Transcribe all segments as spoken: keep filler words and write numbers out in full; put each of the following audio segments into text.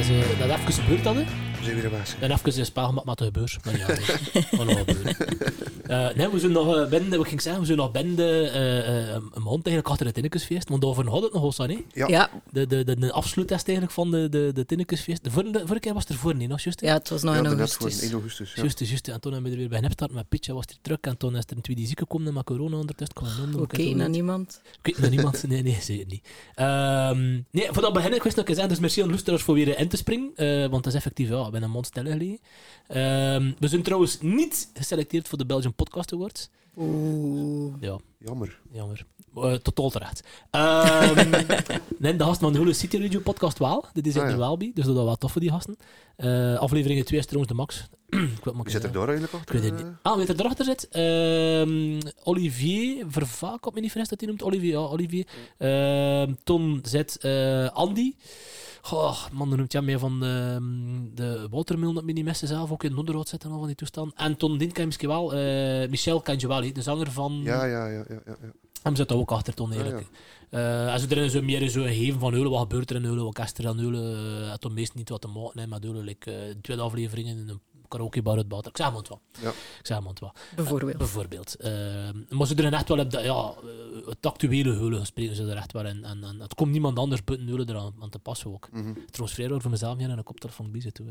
is, uh, dat even gebeurd hadden. We zijn weer weg. En even een spel gemaakt met de gebeur. Maar ja, dat nog gebeuren. Uh, nee, we zijn nog uh, binnen, wat ging ik zeggen, we zijn nog binnen de, uh, uh, een maand eigenlijk achter het Tinnikusfeest. Want daarvoor hadden het nog eens aan, hè? Ja. ja. De, de, de, de afsluittest eigenlijk van de, de, de Tinnikusfeest. De vorige, de vorige keer was het ervoor niet, nog juist? Ja, het was nog ja, in augustus. in augustus. Ja. Juist, juist. En toen hebben we er weer bij gepstart met Pietje, was er terug. En toen is er een tweede zieke gekomen met corona ondertussen. Oké, okay, naar niemand. Oké, okay, naar niemand? Nee, nee, zeker niet. Um, nee, voor dat beginnen, ik wist nog eens zeggen, dus merci aan de luisteraars voor weer in te springen. Uh, want dat is effectief, ja, ik ben een maand stil gelegen. Um, we zijn trouwens niet geselecteerd voor de Belgian Podcast Awards. Oeh. Ja. Jammer. Jammer. Uh, totaal terecht. Um, nee, de gasten van de Hulu City Radio podcast wel. Dit is er ah, ja. wel bij, dus dat is wel tof voor die gasten. Uh, afleveringen twee is trouwens de max. Wie zit er daar eigenlijk achter? Ik weet het niet. Ah, weet er erachter zit? Um, Olivier Vervaak, op me niet verrest dat hij noemt. Olivier, ja, Olivier. Uh, Ton zit uh, Andy. Oh, man, dan noemt jij meer van de, de watermill dat me niet messen zelf ook in Noorderhout zitten al van die toestand. En Ton Dien kan je misschien wel. Uh, Michel kan je wel, de zanger van... Ja, ja, ja, ja, ja. Hem zit daar ook achter, Ton, eigenlijk. Ja, ja. Uh, en zo erin zo meer zo geven van Eulen, wat gebeurt er in Eulen, wat kast er aan Eulen. Uh, het heeft meestal niet wat te maken, nee, maar Eulen, like, uh, tweede afleveringen in een karaokebar uit Bater. Ik zeg maar het wel. Ja. Ik zeg maar het wel. Bijvoorbeeld. Uh, bijvoorbeeld. Uh, maar ze er echt wel op, ja, het actuele Eulen spreken ze er echt wel in. En, en het komt niemand anders buiten Eulen eraan aan te passen ook. Mm-hmm. Trouwens, vrij voor mezelf hier en een koptelefoon bij zitten.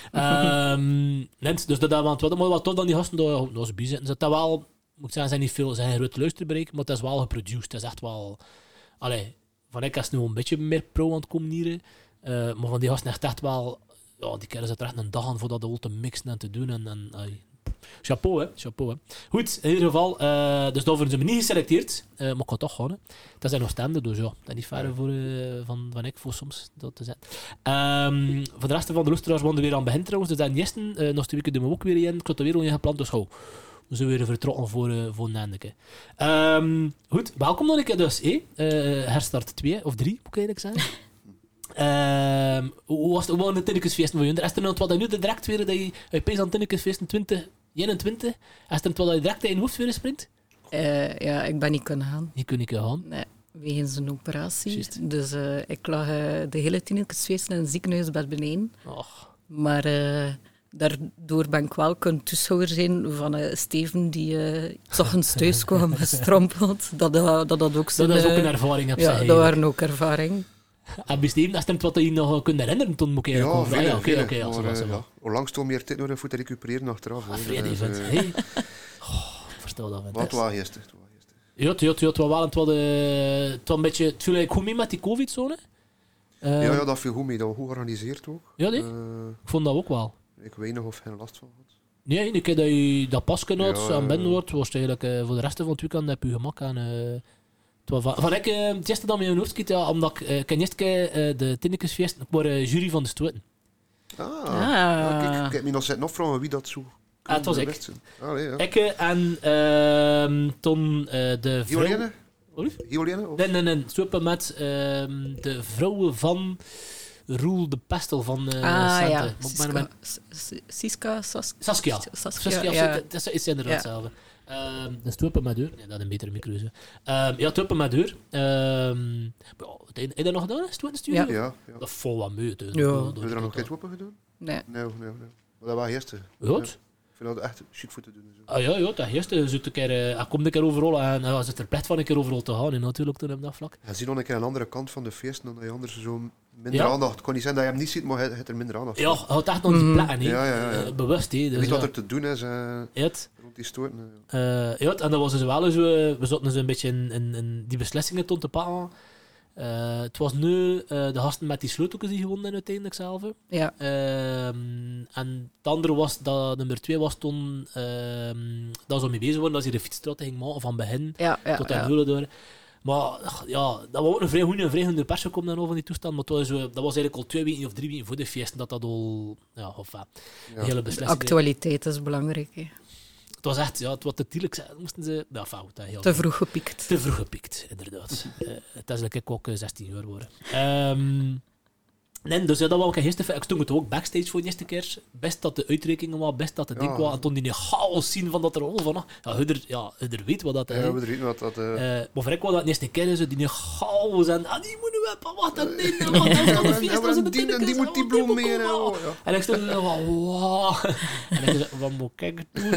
um, nee, dus dat was wat, maar wat toch dan die gasten daar nog eens bij zitten. Ze dat wel... Moet ik zeggen, zijn niet veel, zijn geen groot luisterbereik, maar het is wel geproduced. Het is echt wel... Allee, van ik is nu een beetje meer pro aan het communieren. Uh, maar van die gasten echt echt wel... Ja, die keren zit er echt een dag aan voor dat al te mixen en te doen. En, en, uh, chapeau, hè. Chapeau, hè. Goed, in ieder geval. Uh, dus daarvoor zijn we niet geselecteerd. Uh, maar ik kan toch gaan, hè. Dat zijn nog stemmen, dus ja. Dat is niet ver voor, uh, van, van ik voor soms dat te zetten. Um, voor de rest van de luisteraars waren er weer aan begin trouwens. Dus dat eerste, uh, nog twee weken doen we ook weer in. Ik had er weer al in gepland, dus hou. We zijn weer vertrokken voor, uh, voor Nendeke. Um, goed, welkom nog een keer dus. Eh? Uh, herstart twee of drie, moet ik eigenlijk zeggen. um, hoe was het hoe de Tinnikusfeesten voor je? Is er nog wat nu direct weer dat je opeens aan Tinnikusfeesten twintig eenentwintig, is er wat dat je direct in je hoofd weer springt? Uh, ja, ik ben niet kunnen gaan. Je kunt niet kunnen gaan? Nee, wegens een operatie. Just. Dus uh, ik lag uh, de hele Tinnikusfeesten in een ziekenhuisbed beneden. Och. Maar... Uh, Daardoor ben ik wel kunnen toeschouwer zijn van uh, Steven, die uh, toch een thuis kwam gestrompeld. Dat, uh, dat dat ook zo. Dat is ook een ervaring, heb je Ja, dat waren ook ervaringen. En bij Steven, is het wat je nog kunt herinneren toen moet ik ja, komen? Vele, Ah, ja, oké, vele, oké. Ja, maar, uh, ja. Hoe lang stond meer tijd nodig voor te recupereren achteraf? Ah, vrede, dus, uh, hey. Oh, verstel dat. Wat was gisteren? Ja, het was wel het was een beetje... Het viel eigenlijk goed mee met die covid-zone. Uh, ja, ja, dat viel goed mee. Dat was goed georganiseerd ook. Ja, nee? Uh, ik vond dat ook wel. Ik weet nog of geen last van had. Nee, een keer dat je dat pas kunt ja, aan binnen wordt, was het eigenlijk uh, voor de rest van het weekend heb je gemak aan. Uh, van, van ik, uh, het eerste dat me in hoofd schiet, ja, omdat ik uh, ik eerst uh, de Tinnikusfeest, ik was uh, jury van de Stoten. Ah, ah. Ja, kijk, ik heb me nog zitten opvragen wie dat zo. Ah, het was ik. Allee, ja. Ik uh, en uh, toen uh, de vrouw... Hiolene? Hiolene? Nee, nee, nee. Stoppen met uh, de vrouwen van... Roel de Pestel van uh, ah, Sente. Ja. Siska, mijn... Siska, Sas... Saskia. Saskia, Saskia ja. Dat is, is inderdaad hetzelfde. Ja. Um, dat is Toepen met deur. Nee, dat is een betere micro. Um, ja, Toepen met deur. Um, heb je dat nog gedaan? Is het in de studio? Ja. ja, ja. Dat valt wat mee. Ja. Heb je er nog geen Toepen gedaan? Nee. Nee, nee, nee. Maar dat was eerste. Goed. Ik vind dat echt chic voor te doen. Zo. Ah ja, ja, dat eerste. Je zit een keer, uh, hij komt een keer overal en hij uh, zit er plek van een keer overal te gaan. En natuurlijk toen op dat vlak. Je ziet nog een keer een andere kant van de feesten dan dat je anders zo minder ja. aandacht. Het kan niet zijn dat je hem niet ziet, maar hij heeft er minder aandacht. Ja, hij had echt nog die plekken, mm. ja, ja, ja. Uh, bewust. He, dus je weet ja. wat er te doen is uh, rond die stoorten. Uh. Uh, ja, en dat was dus wel zo, we zaten dus een beetje in, in, in die beslissingen toen te pakken. Uh, het was nu uh, de gasten met die sleuteltjes die gewonnen uiteindelijk zelf. Ja. Uh, en het andere was, dat nummer twee was toen uh, dat ze mee bezig waren, dat ze de fietsstraat ging maken van begin ja, ja, tot aan ja. Heulen door. Maar ja, dat was ook een vrij goede, een vrij goede pers gekomen dan over die toestand. Maar was, dat was eigenlijk al twee weken of drie weken voor de feesten dat dat al, ja, of uh, ja. hele beslissing. Actualiteit is belangrijk. Hè. Het was echt, ja, het was te tielijk. Moesten ze, ja, fout, dat heel te vroeg gepikt. Te vroeg gepikt, inderdaad. uh, het is like ik ook uh, zestien jaar worden. Um, Nee, dus ja, dat was ook een eerste. Ik stond het ook backstage voor de eerste keer. Best dat de uitrekeningen was, best dat de ding Ja. was. En toen die chaos zien van dat er al van. Ja, Hudder, ja, Hudder weet wat dat is. Ja, we weten wat dat... Uh... Uh, maar voor ik was dat de eerste keer, zo, die chaos en ah, die moeten we pas wat en dit en wat en van de feest. En die, die moet die bloem meer. En, oh, ja. En ik stond zo van, wow. En ik zei, wat moet ik doen?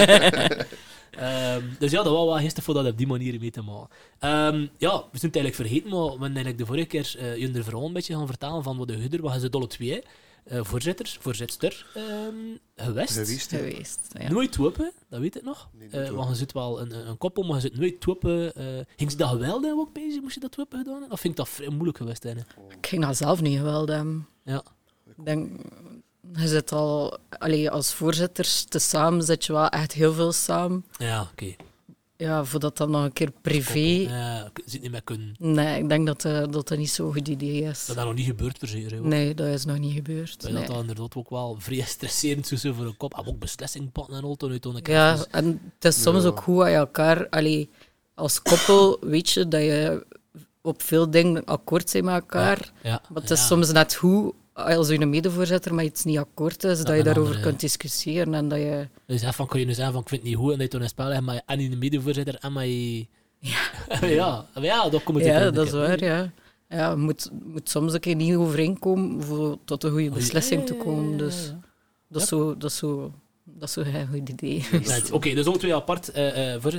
Um, dus ja, dat was wel gisteren voor dat op die manier mee te maken. Um, ja, we zijn het eigenlijk vergeten, maar we hebben eigenlijk de vorige keer uh, je er vooral een beetje gaan vertalen van wat de Hudder, wat is het alle twee, uh, voorzitter, voorzitster um, geweest. Geweest, geweest ja. Nooit toepen, dat weet ik nog. Nee, uh, want je zit wel een, een koppel, maar je zit nooit topen. Uh, ging ze dat geweldig ook bezig? Moest je dat topen gedaan hebben? Of vind ik dat vrij moeilijk geweest? Hè? Ik ging dat zelf niet geweldig hebben. Ja. Ik denk... Je zit al, allee, als voorzitters tezamen zit je wel echt heel veel samen. Ja, oké. Okay. Ja, voordat dat nog een keer privé... Ja, je zit niet meer kunnen... Nee, ik denk dat, uh, dat dat niet zo'n goed idee is. Dat dat nog niet gebeurd voor zeker. Nee, dat is nog niet gebeurd. Dat nee. dat inderdaad ook wel vrij stresserend is voor een kop. Maar ook beslissingpatten en al toen uit een Ja, dus... en het is soms ja. ook goed aan je elkaar... Allee, als koppel weet je dat je op veel dingen akkoord bent met elkaar. Ja, ja, maar het is ja. soms net goed... Als je medevoorzitter met iets niet akkoord is, dat, dat je daarover andere, kunt discussiëren en dat je... Dus van kun je nu zeggen van ik vind het niet goed en dat je toen een spel hebt met en een medevoorzitter en met je... Ja. ja, ja, dat komt het Ja, dat is waar, ja. Ja, je moet, moet soms een keer niet overeenkomen voor tot een goede beslissing ja, ja, ja, ja, ja. te komen. Dus dat is zo... Dat is zo Dat is een goed idee. Oké, okay, dus ook twee apart. Uh, uh, voor,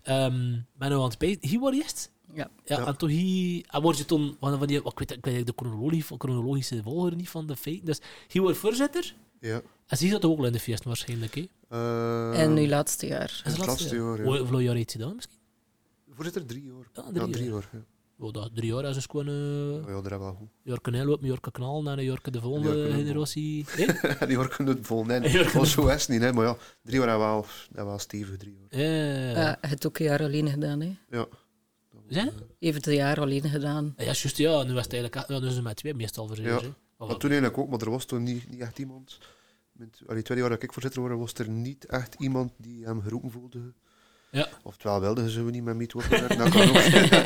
um, ben je aan het pijzen? Hier word je eerst? Ja. Ja, ja. En toen hier... En word je toen... Van die, ik weet, ik weet de chronologie, chronologische volgorde niet van de feiten. Dus hier word je voorzitter. Ja. En zie je dat ook al in de feest waarschijnlijk, hè? Uh, en nu laatste jaar. Is het het laatste jaar, ja. Hoeveel jaar heeft hij dan misschien? Voorzitter, drie jaar. Ja, drie, ja, drie jaar. jaar. Ja. Oh, dat, drie jaar is dus gewoon... Uh, oh, ja, dat is wel goed. Jorke Nijloop, Jorke Knal en Jorke de volgende generatie. Nee? Die Jorke het vol. Nee, dat was zo is niet, hè. Maar ja, drie jaar hebben wel, hebben wel stevig drie jaar. Ja. Ja, je hebt ook een jaar alleen gedaan, hè? Ja. Zijn? Je heeft het jaar alleen gedaan. Ja, juist, ja. Nu was het eigenlijk... Ja, nu zijn ze met twee meestal voor Ja. hè. Maar toen eigenlijk ook, maar er was toen niet, niet echt iemand... Met, allee, tweede jaar dat ik voorzitter was, was er niet echt iemand die hem geroepen voelde. Ja. Oftewel wilden ze niet met mij te werken. Dat kan ook.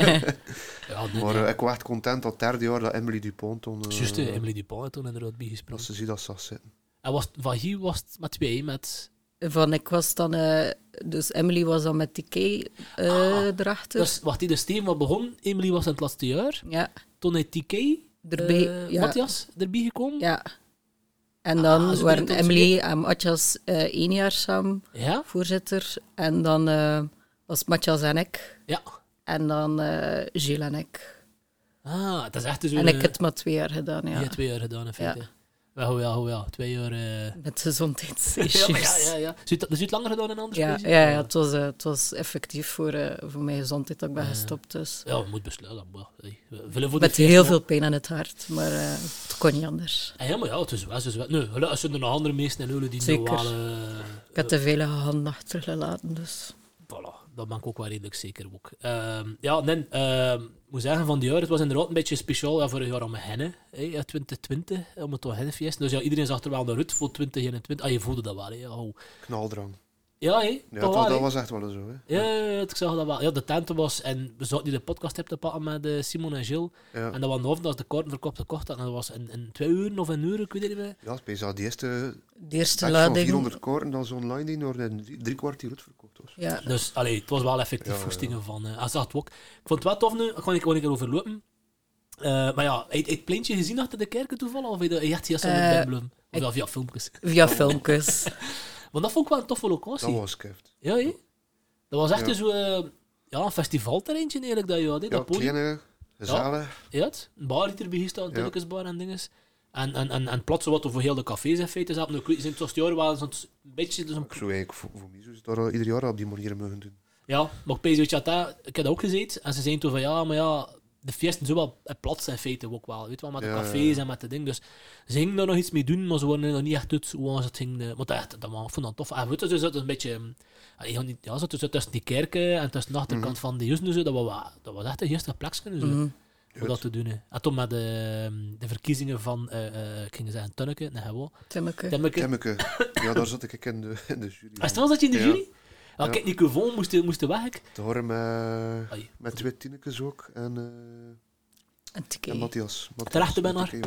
Ja, nee, maar ja. uh, ik was echt content dat het derde jaar dat Emily Dupont toen... Uh, Juist, uh, Emily Dupont had toen inderdaad bijgesproken. Dat ze ziet dat zag zitten. En was, van hier was het met twee, met... Van ik was dan... Uh, dus Emily was dan met T K uh, ah, erachter. Dus wacht, de Steven wat begon, Emily was in het laatste jaar. Ja. Toen is T K, erbij, uh, ja. Matthias, erbij gekomen. Ja. En dan ah, waren Emily en Matthias uh, één jaar samen ja? voorzitter. En dan uh, was Matthias en ik. Ja. En dan uh, Gilles en ik. Ah, het is echt zo... En ik heb het maar twee jaar gedaan, ja. Je hebt twee jaar gedaan, in feite. Ja. Wel, ja, ja, twee jaar... Uh... Met gezondheidsissues. ja, ja, ja, ja. Dus je het dus langer gedaan dan anders? Ja, ja, ja, het was, uh, het was effectief voor, uh, voor mijn gezondheid dat ik ben uh, gestopt. Dus. Ja, je moet besluiten. Hey. Met heel veel pijn aan het hart, maar uh, het kon niet anders. Ah, ja, maar ja, het is wel. Het is wel. Nee, er zijn er nog andere meesten en hullen die Zeker. nog wel... Uh, ik heb te veel handen achtergelaten, dus... Voilà, dat ben ik ook wel redelijk zeker ook. Uh, ja, nee, uh, ik moet zeggen, van die jaar, het was inderdaad een beetje speciaal ja, voor een jaar om hennen, hè, twintig twintig, om het toch hennenfeest. Dus ja, iedereen zag er wel naar uit voor twintig eenentwintig. Ah, je voelde dat wel, hè. Oh. Knaldrang. Ja, hè. Ja, dat, dat, wel, dat was echt wel zo, hè. Ja, ja, ik zag dat wel. Ja, de tent was, en we zouden die de podcast hebben te pakken met uh, Simon en Gilles. Ja. En dat was nog als de kaarten verkocht gekocht en dat was in, in twee uur of een uur, ik weet het niet meer. Ja, het is de eerste... De eerste van lading... vierhonderd kaarten, dat is online die nog een drie kwart uur uitverkocht was. Ja. Dus, allee, het was wel effectief ja, voestingen ja. van... Uh, hij zag het ook. Ik vond het wel tof nu, ik ga ik gewoon een keer overlopen. Uh, maar ja, heb je het pleintje gezien achter de kerken toevallig? Of heb je echt hier zo Uh, in Of ik... ja, via filmpjes? Via filmpjes. Want dat vond ik wel een toffe locatie. Dat was keft. Ja, hé. Dat was echt ja. zo... Uh, ja, een festivalterreintje eigenlijk dat je had. He, Ja, dat podium. kleine, gezellig. Ja, ja, een bar die erbij staat, een ja. bar en dinges. En, en, en, en plots wat over heel de cafés in feite zaten. Nu, in het eerste jaar wel zo'n beetje... Zo'n... Ik zou eigenlijk voor, voor mij zo dat ieder jaar op die manier mogen doen. Ja, maar ik weet je dat, ik heb dat ook gezeten. En ze zeiden toen van, ja, maar ja, de feesten zo wel plots in feite ook wel. Weet je wel, met de ja, cafés ja. en met de ding. Dus ze gingen daar nog iets mee doen, maar ze waren er nog niet echt uit hoe ze het gingen... Maar dat, dat, dat vond ik tof. En weet je, dus dat is een beetje... Ja, zo tussen die kerken en tussen de achterkant mm-hmm. van de jussen, zo, dat, was, dat was echt een eerste plekje. Zo. Mm-hmm. Om dat te doen. Hè. En toen met de, de verkiezingen van, uh, uh, ik ging zeggen, Tunneke, nee, gewoon. Timmeke. Timmeke. Timmeke. Ja, daar zat ik in de, in de jury. Was het wel dat je in de ja. jury? Ja, ja. kijk, Nico Von moest, moest weg. Te horen met, met twee tienekes ook. En, uh, en, en Matthias. Terechte ben naar. ook.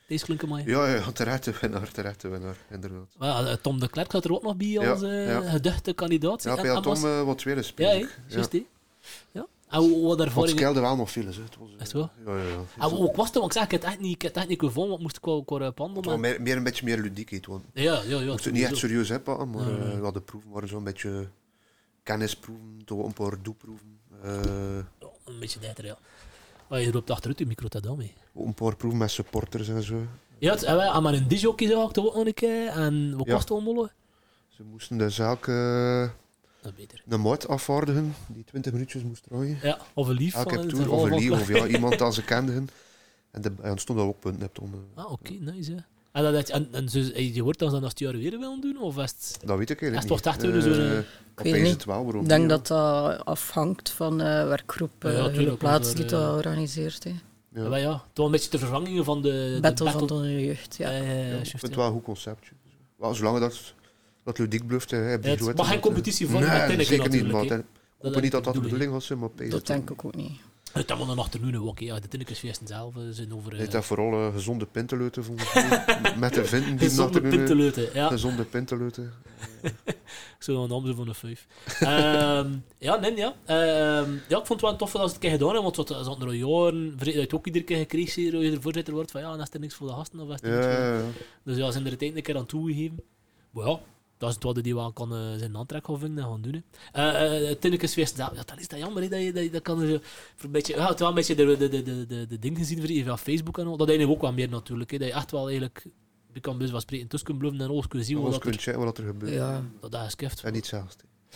Deze klinken maar. Ja, ja, terecht de winnaar, terecht de winnaar, inderdaad. Maar, ja, Tom de Klerk zat er ook nog bij als Ja, uh, ja. geduchte kandidaat. Ja, En- bij en Tom was- uh, wat tweede Ja, speel hè? ik. Ja. Juist, hè. Ja. En hoe, hoe daarvoor... Want het keilde wel nog veel, hè. Het was, uh, Is het wel? Ja, ja, ja. En hoe- hoe was het? Want ik zeg, ik heb het echt niet, ik heb het echt niet gevonden, want ik moest ik wel qua op Het was handelen. meer, meer een beetje meer ludiekheid. Want Ja, ja, ja. we ja moesten het niet echt sowieso. serieus hebben, maar Nee, nee. uh, we hadden proeven, waren zo'n beetje kennisproeven, toch een paar doelproeven. Uh, Ja, een beetje dichter, ja. Maar je loopt achteruit, je micro dat dan mee. ook een paar proeven met supporters en zo. Ja, het, en wij aan maar een disjockey gehakt ook nog een keer. En wat Ja. kost het allemaal? Ze moesten dus elke Dat is beter. een maat afvaardigen die twintig minuutjes moest draaien. Ja, of een lief. Elke van- tour, van- of een van- lief, of ja, iemand dat ze kenden. En de, en stond al ook punten op om. uh, Ah, oké, nice. Hè. En, dat, dat- en, en zo, heb je gehoord dat ze dat als het jaar weer willen doen? Of is het... Dat weet ik eigenlijk Is het toch niet. echt weer zo'n- Eh, Ik weet opeens niet. het wel, waarom Ik denk niet, dat dat afhangt van uh, werkgroep, Ja, uh, ja, de tuurlijk, plaats want die er, dat uh, organiseert. Hè. ja. Ja, maar ja, toch een beetje de vervangingen van de... de Battle van battle. de jeugd, ja. Ja, ja, ja, Ja, juist, ik vind het ja. wel een goed concept. Wel, zolang dat, dat ludiek blijft. Hè, heb je Ja, het grote- mag geen competitie vormen met Nee, Tinneke zeker niet. natuurlijk, Maar hè. ik hoop niet dat dat de bedoel ik. bedoeling was, maar pees Dat het denk ook ik ook niet. Het allemaal een achternoon ook, hè. Ja, de Tinnekesfeesten zelf eh, zijn over... niet. Uh, Dat vooral uh, gezonde pintenleuten volgens mij. Met de vinden die gezonde nachternoon, uh, pinteleuten, ja. gezonde pintenleuten. Zo een naam zo van een vijf. Ehm, ja, nee, ja. Ehm, ja, ik vond het wel tof dat ze het een keer gedaan hebben, want ze hadden er al jaren, dat je het ook iedere keer gekregen, dat je er voorzitter wordt van ja, dan is er niks voor de gasten of is er Ja, niks voor... ja, ja. Dus ja, ze zijn er het een keer aan toegegeven. Maar ja, dat is het wat die wel kan uh, zijn aantrek gaan vinden en gaan doen. Uh, uh, Tinnekesfeest, ja, dat is dat jammer, hè, dat je dat, je, dat kan er, voor een beetje, ja, het wel een beetje de, de, de, de, de, de ding gezien voor via Facebook en al. Dat eigenlijk ook wel meer natuurlijk, hè, dat je echt wel eigenlijk, je kan best wel spreken, tussen kunt bluffen en alles kunnen zien Alles wat kunt er, checken wat er gebeurt. Ja. dat dat is skift. En niet zelfs.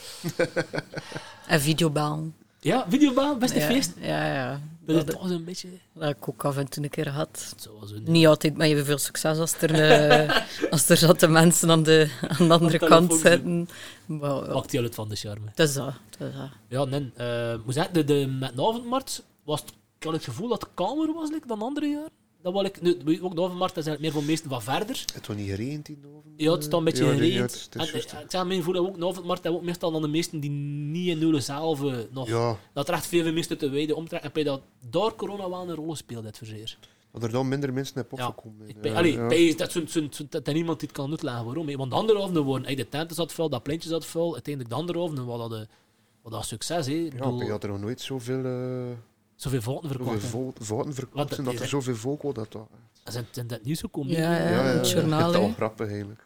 En videobaan. Ja, videobaan, beste ja, feest. Ja, ja. Dat is Dat, toch een beetje... dat heb ik ook af en toe een keer gehad. Zoals een... Niet altijd met evenveel succes als er, uh, als er zatte mensen aan de, aan de andere telefoon kant zitten. zitten. Maar, ja, Maakt die uit van de charme. dat is dat. dat, is dat. Ja, nee. Uh, moet zeggen, de, de, met de avondmarkt was het, ik had het gevoel dat het kalmer was like, dan andere jaar. Dat wil ik, nu, ook de avondmarkt is eigenlijk meer voor meesten van verder. Het was niet geregend in de oven? Ja, het staat een beetje Ja, nee, geregend. ja, het is- het is En, juist, eh, hè. ik zeg, mijn gevoel dat we ook de avondmarkt hebben ook meestal dan de meesten die niet in nullen zelf uh, nog... Ja, Dat er echt veel meesten te wijden omtrekken. En bij dat door corona wel een rol speelt, dit verzeer. dat er dan minder mensen naar Ja, opgekomen. ik Ja, ben, allee, ja. bij, dat, zo, zo, zo, dat er niemand die het kan uitleggen waarom. hè. Want de andere avonden worden, hey, de tenten zat vol, dat pleintje zat vol. Uiteindelijk de andere avonden, wat dat, wat dat succes. Hè. Ik Ja, bedoel, maar je had er nog nooit zoveel, uh, zoveel vaten zoveel verkocht. hè. vo- vaten Wat verkocht dat en dat is, er hè. zoveel volk was. Dat, dat. Zijn in dat nieuws gekomen? Ja, hè. ja, in het journaal. Dat is hè. al grappig eigenlijk.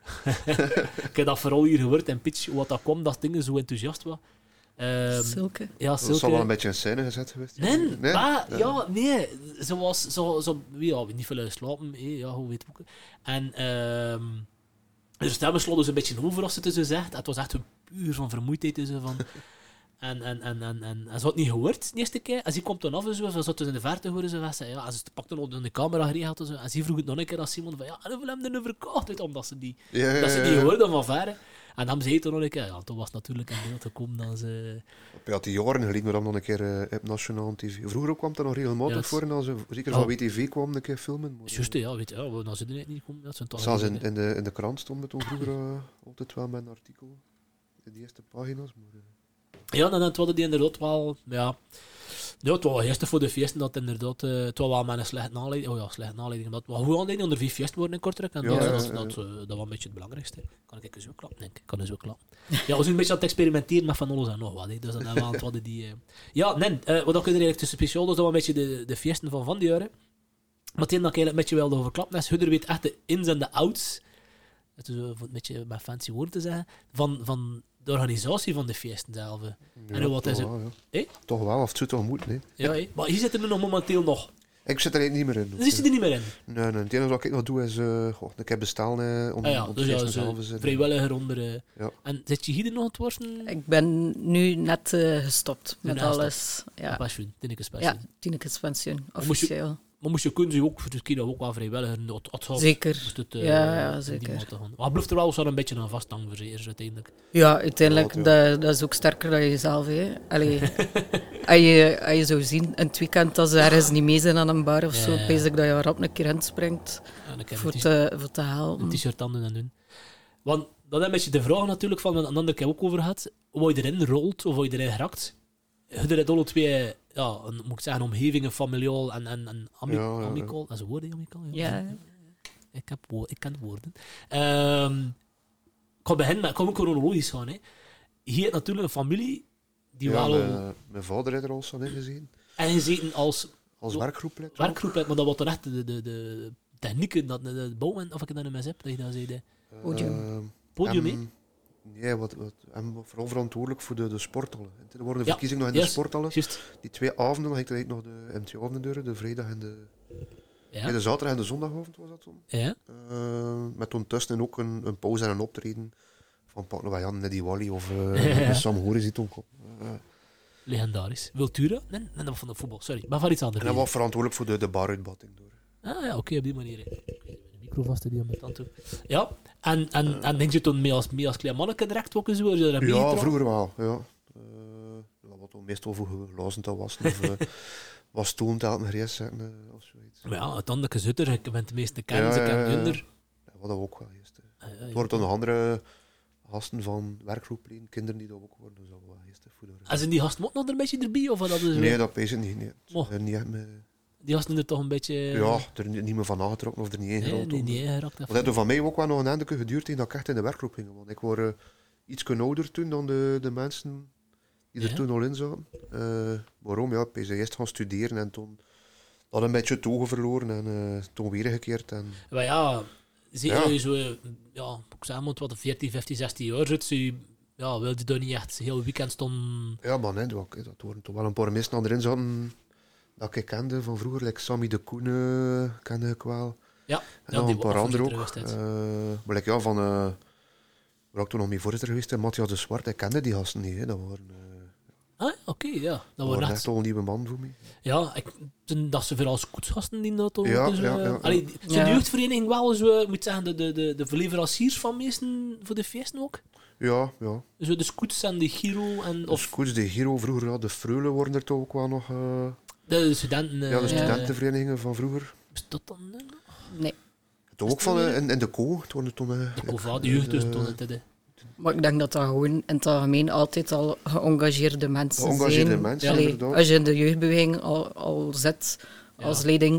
Ik heb dat vooral hier gehoord en pitch, hoe dat, dat kwam, dat dingen zo enthousiast was. Ehm, Zulke. ja, Dat zal wel zulke... een beetje in scène gezet geweest. Nee, nee? maar, Ja. ja, nee. Ze was zo, zo ja, niet veel slapen, eh, ja, hoe weet ik ook. En ehm de stemmen sloegen dus een beetje over, als ze het zo zegt. Het was echt een puur van vermoeidheid. Dus, van, en, en, en, en, en, en ze had het niet gehoord de eerste keer. En ze komt dan af en zo, ze zat dus in de verte horen. Ze zei, ja, en ze pakte nog in de camera geregeld. En, zo, en ze vroeg het nog een keer aan Simon van, ja, en hoeveel hebben er nu verkocht? Weet, omdat ze die, Ja, ja, dat ze ja, die ja. hoorden van verre. En dan zei het nog een keer, ja, toen was het natuurlijk in beeld gekomen dat ze... Je had die jaren geleden, maar dan nog een keer uh, op nationaal T V. Vroeger ook kwam dat nog regelmatig Ja, het- voor. En als ze zeker Ja. van W T V kwam, een keer filmen. Maar, Juist, ja, weet je, ja, dan zitten er niet komen. Dat zijn toch Zelfs in, dingen. in, de, in de krant stond het toen vroeger uh, altijd wel met een artikel. In de eerste pagina's. Maar, uh, Ja, dan hadden die inderdaad wel, ja... Ja, het was wel eerst voor de feesten dat inderdaad, uh, het was wel met een slechte naleiding, oh ja, slechte naleiding, omdat maar hoe aanleiding onder vier feesten worden in Kortrijk, en Ja, dat, ja, dat, ja, dat, ja. uh, dat was een beetje het belangrijkste. Kan ik eens ook klappen, denk ik, kan eens ook klappen. Ja, we zijn een beetje aan het experimenteren met van alles en nog wat, hè. Dus dan hebben we aan het hadden die... Uh... Ja, nee, uh, wat ook eigenlijk tussen speciaal, dus dat was een beetje de, de feesten van van die jaren. Maar het een dat ik eigenlijk een beetje wilde overklappen is, Hudder weet echt de ins en de outs, het is uh, een beetje met fancy woorden te zeggen, van... van de organisatie van de feesten zelf. hè. ja, en wat toch is het? wel, ja. Hé? Toch wel, of het zou toch moeten. Hè. Ja, hé. Maar hier zitten er nog momenteel nog. Ik zit er eigenlijk niet meer in. Dus zit er niet meer in. Nee, nee, het enige wat ik nog doe is... Uh, goh, ik heb bestaan uh, om, Ah ja, om dus het ja, feest zo zelf te zitten. vrijwilliger onder. eh. Ja. En zit je hier nog aan het worsten? Ik ben nu net uh, gestopt Nu met net alles. Ja, Pensioen, Tineke pensioen. ja Tinekes pensioen, Maar moest je- officieel. Maar moest je kunnen ze ook voor de kino ook wel vrijwilliger ad- ad hoc Zeker. moest het, eh, Ja, ja, in die zeker. mate gaan. Maar blijft er wel zo een beetje aan vasthangen voor zeer uiteindelijk. Ja, uiteindelijk, Ja, dat, dat is ook sterker dan jezelf. Hè. Allee, als, je, als je zou zien, in het weekend als ze ergens niet mee zijn aan een bar of zo, Ja, ja. pees ik dat je erop een keer inspringt Ja, dan kan je voor een te, voor te t- helpen. een t-shirt aan doen en doen. Want dat is een beetje de vraag natuurlijk, van, want een ander keer ook over gehad, hoe je erin rolt of hoe je erin geraakt. Je hebt alle twee, ja, een, moet ik zeggen, omgevingen, familiaal en, en, en ami Ja, ja, ja. amicaal. Dat is een woord, hè, amicaal? Ja, Ik, heb wo- ik ken woorden. Um, ik ga beginnen met... Ik ga ook chronologisch gaan. Hè. Hier is natuurlijk een familie die ja, wel... mijn, mijn vader heeft er al zo in gezien. En gezeten als... Als Zo, werkgroeplid. werkgroep, maar dat was dan echt de, de, de technieken, dat, de, de bouwen, of ik het dan mis heb, dat je dat zei. Podium. Uh, Podium, hè? Um, nee, wat, wat, hem vooral verantwoordelijk voor de, de sporthallen. Er worden Ja, verkiezingen nog in yes, de sporthallen. Just. Die twee avonden, dan ging er nog de M T-avonden deuren, de vrijdag en de, Ja. de zaterdag en de zondagavond was dat toen. Ja. Uh, met ondertussen ook een, een pauze en een optreden van pak nog wel Jan, Neddy Wally of uh, ja. Sam Horis die toen kwam. Uh, Legendarisch. Wiltura? Nee, nee, dat was van de voetbal, sorry. Maar van iets anders. En hij was verantwoordelijk voor de, de baruitbatting door. Ah ja, oké, okay, op die manier. Hè. De micro vast die aan mijn tand toe. Ja, en, en, uh, en denk je toen mee als, mee als klein manneke direct ook zo? Ja, ja vroeger wel, ja. Uh, wat toen meestal voor glazen te wassen of uh, was toen te helpen gereed zetten uh, of zoiets. Maar ja, het andere gezutter, je bent de meeste kennen, ze kennen minder. Ja, wat dat ook wel is. Ah, ja, het wordt dan nog andere gasten van werkgroepleden, kinderen die dat ook worden, dus dat wel is. En zijn die gasten ook nog er een beetje erbij? Of dat is nee, dat pees ik niet. Nee. Oh. Er niet echt me... Die gasten er toch een beetje... Ja, er niet meer van aangetrokken of er niet ingeraakt. Nee, nee, niet ingeraakt. Dat heeft van mij ook wel nog een eindelijk geduurd tegen dat ik echt in de werkgroep ging. Want ik was uh, iets ouder toen dan de, de mensen die er ja. toen al in zaten. Uh, waarom? Ja, ik ben eerst gaan studeren en toen dat een beetje het ogen verloren en uh, toen weer gekeerd. En... Maar ja, zie ja. je zo, ja, ik zeg maar wat veertien, vijftien, zestien jaar zit, zo, ja, wilde je daar niet echt heel weekend stonden... Ja, maar nee, dat, dat waren toch wel een paar mensen erin zaten dat ik kende van vroeger, like Sammy de Koene kende ik wel. Ja, en ja nog die een paar anderen ook. Uh, maar like, ja, van, uh, waar ik toen nog mee voorzitter geweest, Matthias de Zwart, ik kende die gasten niet. Hè. Dat waren, uh, ah, oké, okay, ja. Dat, dat waren echt, echt al een nieuwe man voor mij. Ja, ik, dat ze vooral scoutsgasten die dat ook. Ja, dus, ja, uh, ja, ja. Allee, zijn ja. de jeugdvereniging wel zo, ik moet zeggen, de, de, de, de leveranciers van meesten voor de feesten ook? Ja, ja. Zo de scouts en de Giro en... De Of scouts, de Giro, vroeger, ja, de Freulen worden er toch ook wel nog... Uh, de studenten... Uh, ja, de studentenverenigingen van vroeger. Is dat dan... Uh, nee. Toch ook van uh, in, in de Co. Toen, toen, uh, de COVA, de jeugd dus toen het de... Maar ik denk dat dat gewoon in het algemeen altijd al geëngageerde mensen geëngageerde zijn. mensen, Allee, inderdaad. als je in de jeugdbeweging al, al zit als ja. leiding,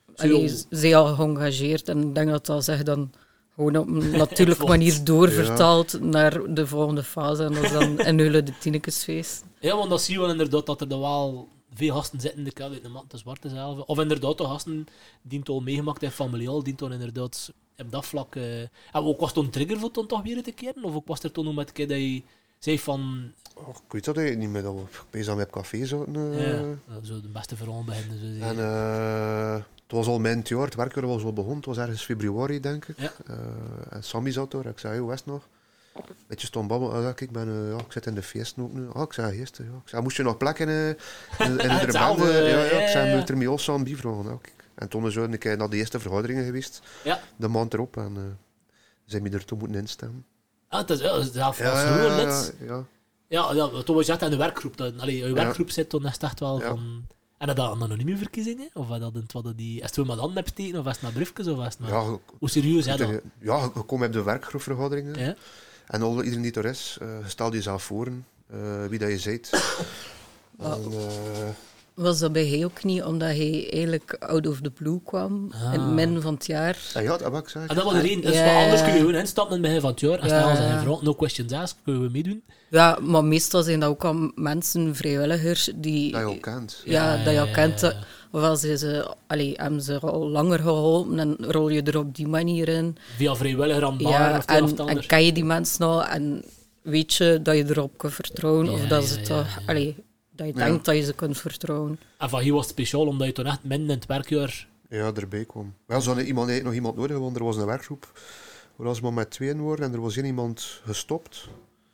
zijn al geëngageerd. En ik denk dat dat zich dan gewoon op een natuurlijke manier doorvertaalt ja. naar de volgende fase. En dat is dan in Heulen de Tinekesfeest. Ja, want dan zie je wel inderdaad dat er dan wel veel gasten zitten in de kuil uit de man te zwarte zelf. Of inderdaad de gasten die het al meegemaakt hebben, familiaal, die het inderdaad op dat vlak... Uh, en ook was het een trigger voor het toch weer te keren? Of ook was er toen nog met een dat je zei van... Oh, ik weet dat eigenlijk niet meer, dat we bezig met café zaten. Uh, ja, zo de beste verhaal beginnen. Zo en uh, het was al mijn jaar, het werken was al begonnen, het was ergens februari denk ik. Ja. Uh, en Sammy zat er, ik zei, hoe is het nog? Beetje stond babbelen, uh, ik, ben, uh, ja, ik zit in de feesten ook nu. Ah, ik zei, eerst, ja. Ik zei, moest je nog plekken uh, in, in, in de band? Uh, ja, ja, ik zei, moet er mij ons aan bivragen. Ja, en toen is zo een keer naar de eerste vergaderingen geweest, ja. de maand erop, en uh, zijn we er toen moeten instemmen. Ah, het is ja, zelf ja, als ja, ja, ja, ja. Ja, ja, toen was je echt in de werkgroep. Dan, allee, je werkgroep ja. zit, dan is het echt wel ja. van... En dat dan anonieme verkiezingen? Of wat dat, wat die, is het wel met handen hebt steken, of is het naar briefjes, of is het naar... Ja, hoe serieus is dat? Ja, je komt op de werkgroepvergaderingen. Ja. En al, iedereen die er is, uh, stel jezelf voor, uh, wie dat je bent. en, uh, was dat bij hij ook niet, omdat hij eigenlijk out of the blue kwam, ah. in het midden van het jaar? Ja, ja dat heb ik gezegd. En dat was er één. Dus ja. anders kun je gewoon instappen in het begin van het jaar. Als ja. zijn vraag, no questions asked, kunnen we meedoen. Ja, maar meestal zijn dat ook al mensen, vrijwilligers, die... Dat je ook kent. Ja, ja dat je ook kent. Ja, ja, ja. Ofwel ze, ze, allee, hebben ze al langer geholpen en rol je er op die manier in. Via vrijwilliger aan bar ja, of en, of en ken je die mensen al en weet je dat je erop kan vertrouwen, ja, of dat ja, ze ja, toch... Ja, ja. Allee, dat je ja. denkt dat je ze kunt vertrouwen. En van hier was het speciaal, omdat je toen echt midden in het werkjaar... Ja, erbij kwam. Wel, zo iemand heeft nog iemand nodig, want er was een werkgroep waar ze maar met tweeën worden en er was één iemand gestopt.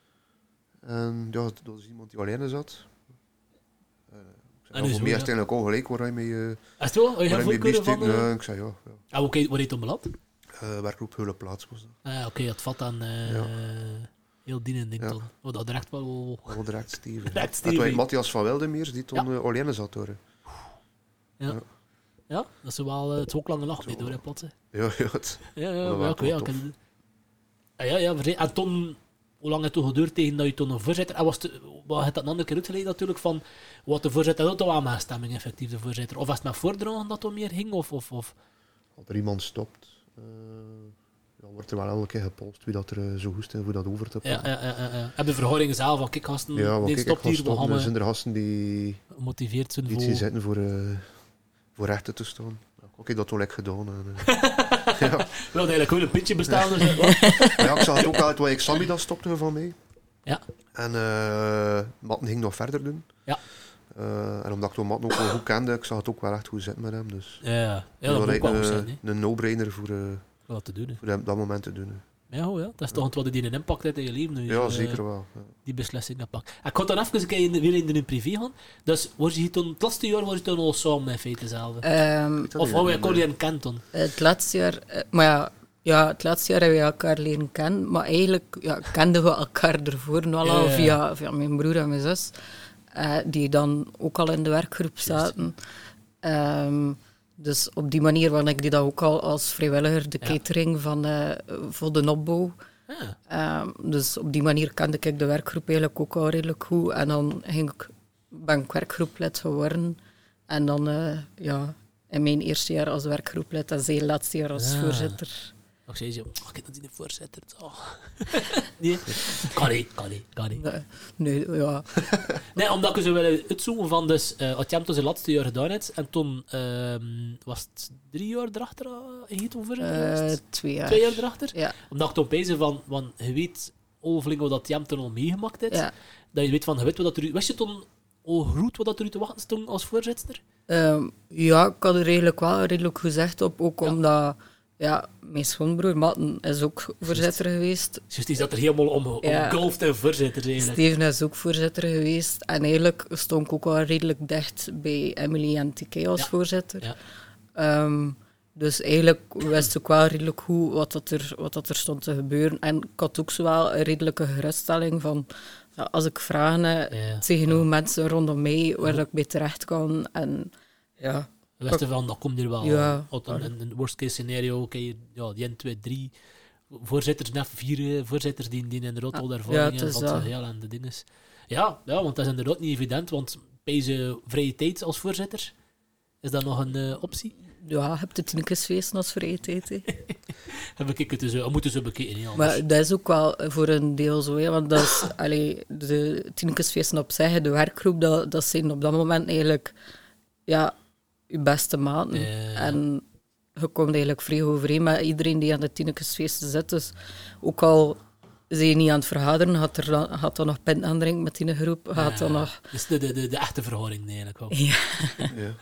En ja, dat was iemand die alleen zat. Uh, ik zei, voor mij is het eigenlijk al gelijk waar je mee... Uh, is het wel? Heb je geen voorkeuren van... Uh... Nee, ik zei ja. ja. En oké, waar heet het beland? Uh, werkgroep Heulenplaats was dat. Ah, oké, okay, het vat aan... Uh, ja. Heel dienen, denk ik ja. dan. Oh, dat direct wel... Oh, direct Steven. direct Steven. En toen Matthias van Wildemeers, die toen ja. uh, alleen zat door. Ja. ja. Ja, dat is wel... Uh, het is ook lange nacht mee door, hè, plots. Hè. Ja, ja. Het, ja, ja, ja, oké. Ja, kan... ah, ja, ja, en toen... Hoe lang het toen geduurd tegen dat je toen een voorzitter... En was het, wat het dat een andere keer uitgelegd natuurlijk, van... Wat de voorzitter had, wel met stemming effectief, de voorzitter. Of was het met voordragen dat er meer ging, of... of, of... Als er iemand stopt... Uh, ja, wordt er wel elke keer gepolst wie dat er uh, zo goed is en hoe dat over te pakken. Ja, ja, ja, ja. Heb de verhoudingen zelf van kijk, gasten, ja, die kijk, stopt hier, we gaan er zijn er gasten die gemotiveerd zijn die voor... zien zitten voor, uh, voor rechten te staan. Ja, ik heb dat toen lekker gedaan. En, uh, ja. We wilden eigenlijk gewoon een pitje bestaan. Dus, maar ja, ik zag het ook uit waar ik Sammy dat stopte van mij. Ja. En uh, Matten ging nog verder doen. Ja. Uh, en omdat ik toen Matten ook wel goed kende, ik zag het ook wel echt goed zitten met hem. Dus ja, ja. ja dat moet ook wel goed zijn. Een, een no-brainer voor, uh, wat te doen, voor hem, dat moment te doen. Hè. Ja, oh, ja, dat is toch wat die een impact heeft in je leven. Nu, ja, uh, zeker wel. Ja. Die beslissing pakt. Ik ga dan even een keer weer in de privé gaan. Dus was je toen, het laatste jaar was je toen al samen in feite zelf? Um, of hoe je kon je hem kent dan? Het laatste jaar... Uh, maar ja, ja, het laatste jaar hebben we elkaar leren kennen. Maar eigenlijk ja, kenden we elkaar ervoor nog al ja. via, via mijn broer en mijn zus. Uh, die dan ook al in de werkgroep zaten. Um, dus op die manier was ik die dat ook al als vrijwilliger, de catering ja. van, uh, voor de opbouw. Ja. Um, dus op die manier kende ik de werkgroep eigenlijk ook al redelijk goed. En dan ging ik, ben ik werkgroeplid geworden. En dan uh, ja, in mijn eerste jaar als werkgroeplid en zijn laatste jaar als ja. voorzitter. Nog zei je, oh, ik heb dat in de voorzitter. Oh. Nee? Kan niet, kan niet, kan niet. Nee, nee ja. Nee, omdat ik zo willen uitzoeken van, dus, uh, wat jij toen zijn laatste jaar gedaan hebt, en toen uh, was het drie jaar erachter in Gieten voorzitter? Uh, twee jaar. Twee jaar erachter? Ja. Omdat ik toen bezig van, van, je weet, overling wat dat jij toen al meegemaakt hebt, ja. dat je weet van, je weet wat dat er, wist je toen al goed wat dat er te wachten stond als voorzitter? Um, ja, ik had er eigenlijk wel redelijk gezegd op, ook ja. omdat... Ja, mijn schoonbroer Matten is ook voorzitter Just. geweest. Dus die zat er helemaal om, om ja. golf en voorzitter eigenlijk. Steven is ook voorzitter geweest. En eigenlijk stond ik ook wel redelijk dicht bij Emily en Tike als ja. voorzitter. Ja. Um, dus eigenlijk wist ik wel redelijk goed wat, dat er, wat dat er stond te gebeuren. En ik had ook zo wel een redelijke geruststelling van... Ja, als ik vragen heb, ja. tegen genoeg ja. mensen rondom mij waar ja. ik bij terecht kan. En ja... Westen van, dat komt hier wel. Ja. In een worst case scenario, okay, ja, die één, twee, drie voorzitters, net vier voorzitters die, die inderdaad al ervaring hebben van het geheel en de dingen. Ja, ja, want dat is inderdaad niet evident, want bij zijn vrije tijd als voorzitter, is dat nog een uh, optie? Ja, je hebt de Tinekesfeesten als vrije tijd. Heb ik het dus, moeten ze bekijken. He, maar dat is ook wel voor een deel zo, hè, want dat is, allee, de Tinekesfeesten op zich, de werkgroep, dat, dat zijn op dat moment eigenlijk... Ja, je beste maten. Uh, en je komt eigenlijk vrij overeen met iedereen die aan de Tinekesfeesten zit. Dus ook al zijn je niet aan het vergaderen, gaat er dan, gaat dan nog pint aan drinken met die groep. Gaat uh, dan nog... Dus de, de, de, de echte verhouding eigenlijk ook. Ja. ja.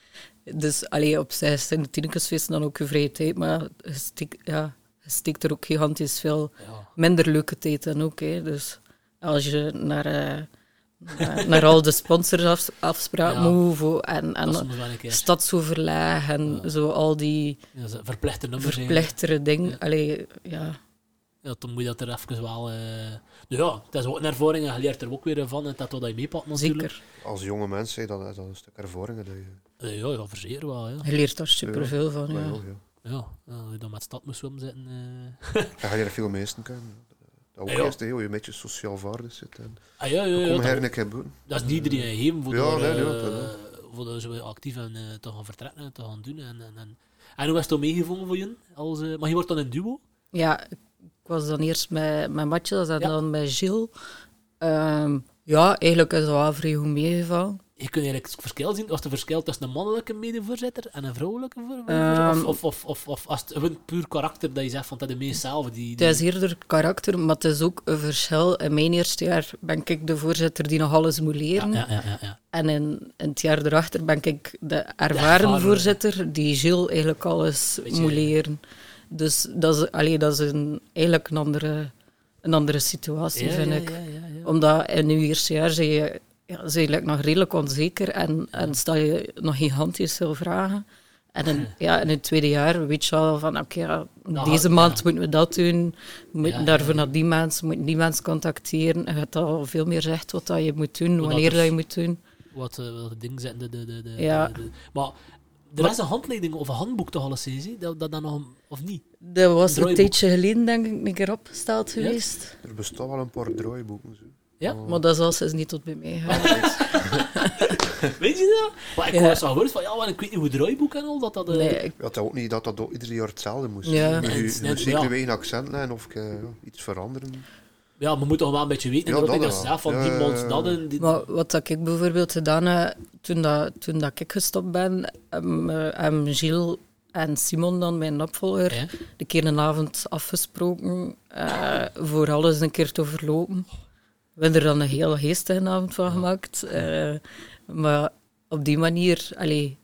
Dus allee, op zich zijn de Tinekesfeesten dan ook je vrije tijd, maar je steekt, ja, je steekt er ook gigantisch veel ja. minder leuke tijd in ook. Hè. Dus als je naar... Uh, Ja, naar al de sponsorsafspraken ja, move en, en stadsoverleg en ja. zo al die ja, verplichte nummers verplichtere dingen. Ja. Allee, ja. Ja, dan moet je dat er even wel... Uh... Nou ja, het is ook een ervaring en je leert er ook weer van en dat wat je meepakt natuurlijk. Zeker. Als jonge mens is dat, dat een stuk ervaring. Dat je... Uh, ja, ja, verzeer wel. Ja. Je leert daar superveel van. Ja, ja. ja. ja. ja, ja je dan met stad moet zwemmen. Uh... Ja, ga je er veel meesten kennen. Dat ook ja, eerst, heel je een beetje sociaal vaardig zit. En ah, ja, ja, ja, ja, dat, dat, dat is niet iedereen gegeven voor, ja, door, nee, uh, nee, nee. voor de, zo actief en uh, te gaan vertrekken en te gaan doen. En, en, en. en hoe is het dan meegevonden voor je? Als, uh, maar je wordt dan een duo? Ja, ik was dan eerst met, met Mathias en ja. dan met Gilles. Um, ja, eigenlijk is het wel vrij goed meegevallen. Je kunt eigenlijk het verschil zien. Was het verschil tussen een mannelijke medevoorzitter en een vrouwelijke voorzitter? Um, of, of, of, of als het een puur karakter dat je zegt van dat de meest zelf die, die... Het is eerder karakter, maar het is ook een verschil. In mijn eerste jaar ben ik de voorzitter die nog alles moet leren. Ja, ja, ja, ja. En in, in het jaar erachter ben ik de ervaren ja, voorzitter die Gilles eigenlijk alles Beetje, moet leren. Dus dat is, allee, dat is een, eigenlijk een andere, een andere situatie, ja, vind ja, ik. Ja, ja, ja. Omdat in je eerste jaar zei je... Ja, ze je nog redelijk onzeker en, en stel je nog gigantisch veel vragen. En in, ja, in het tweede jaar weet je al van, oké, okay, ja, deze ja. maand moeten we dat doen, we moeten ja, daarvoor ja. naar die mensen, moeten die mensen contacteren. En je hebt al veel meer zegt wat dat je moet doen, wat wanneer dat, dat je moet doen. Wat uh, de dingen zijn, de, de, de, de, ja. de, de, maar er is een handleiding of een handboek toch alles eens, dat, dat dan nog, of niet? Dat was een, een tijdje geleden, denk ik, een keer opgesteld geweest. Ja? Er bestaan wel een paar draaiboeken. Zo. Ja? Oh. Maar dat is al sinds niet tot bij mij gegaan. Weet je dat? Maar ik Ja. hoor eens al gehoord van, ja, maar ik weet niet hoe draaiboek en al, dat dat... Uh... Nee, ik, Ja, dat ook niet dat dat ook ieder jaar hetzelfde moest. Ja. Je, En je, het is je net- moet zeker ja. weer een accent leggen of uh, iets veranderen. Ja, maar moet toch wel een beetje weten, Ja, dat ik dat dat wel. zelf van Ja, die ja, mond ja. dat en... Die... maar wat dat ik bijvoorbeeld gedaan heb, toen, dat, toen dat ik gestopt ben, hebben um, Gilles en Simon, dan mijn opvolger, Ja. de keer een avond afgesproken uh, voor alles een keer te verlopen. We hebben er dan een heel geestige avond van gemaakt. Uh, maar op die manier, allee,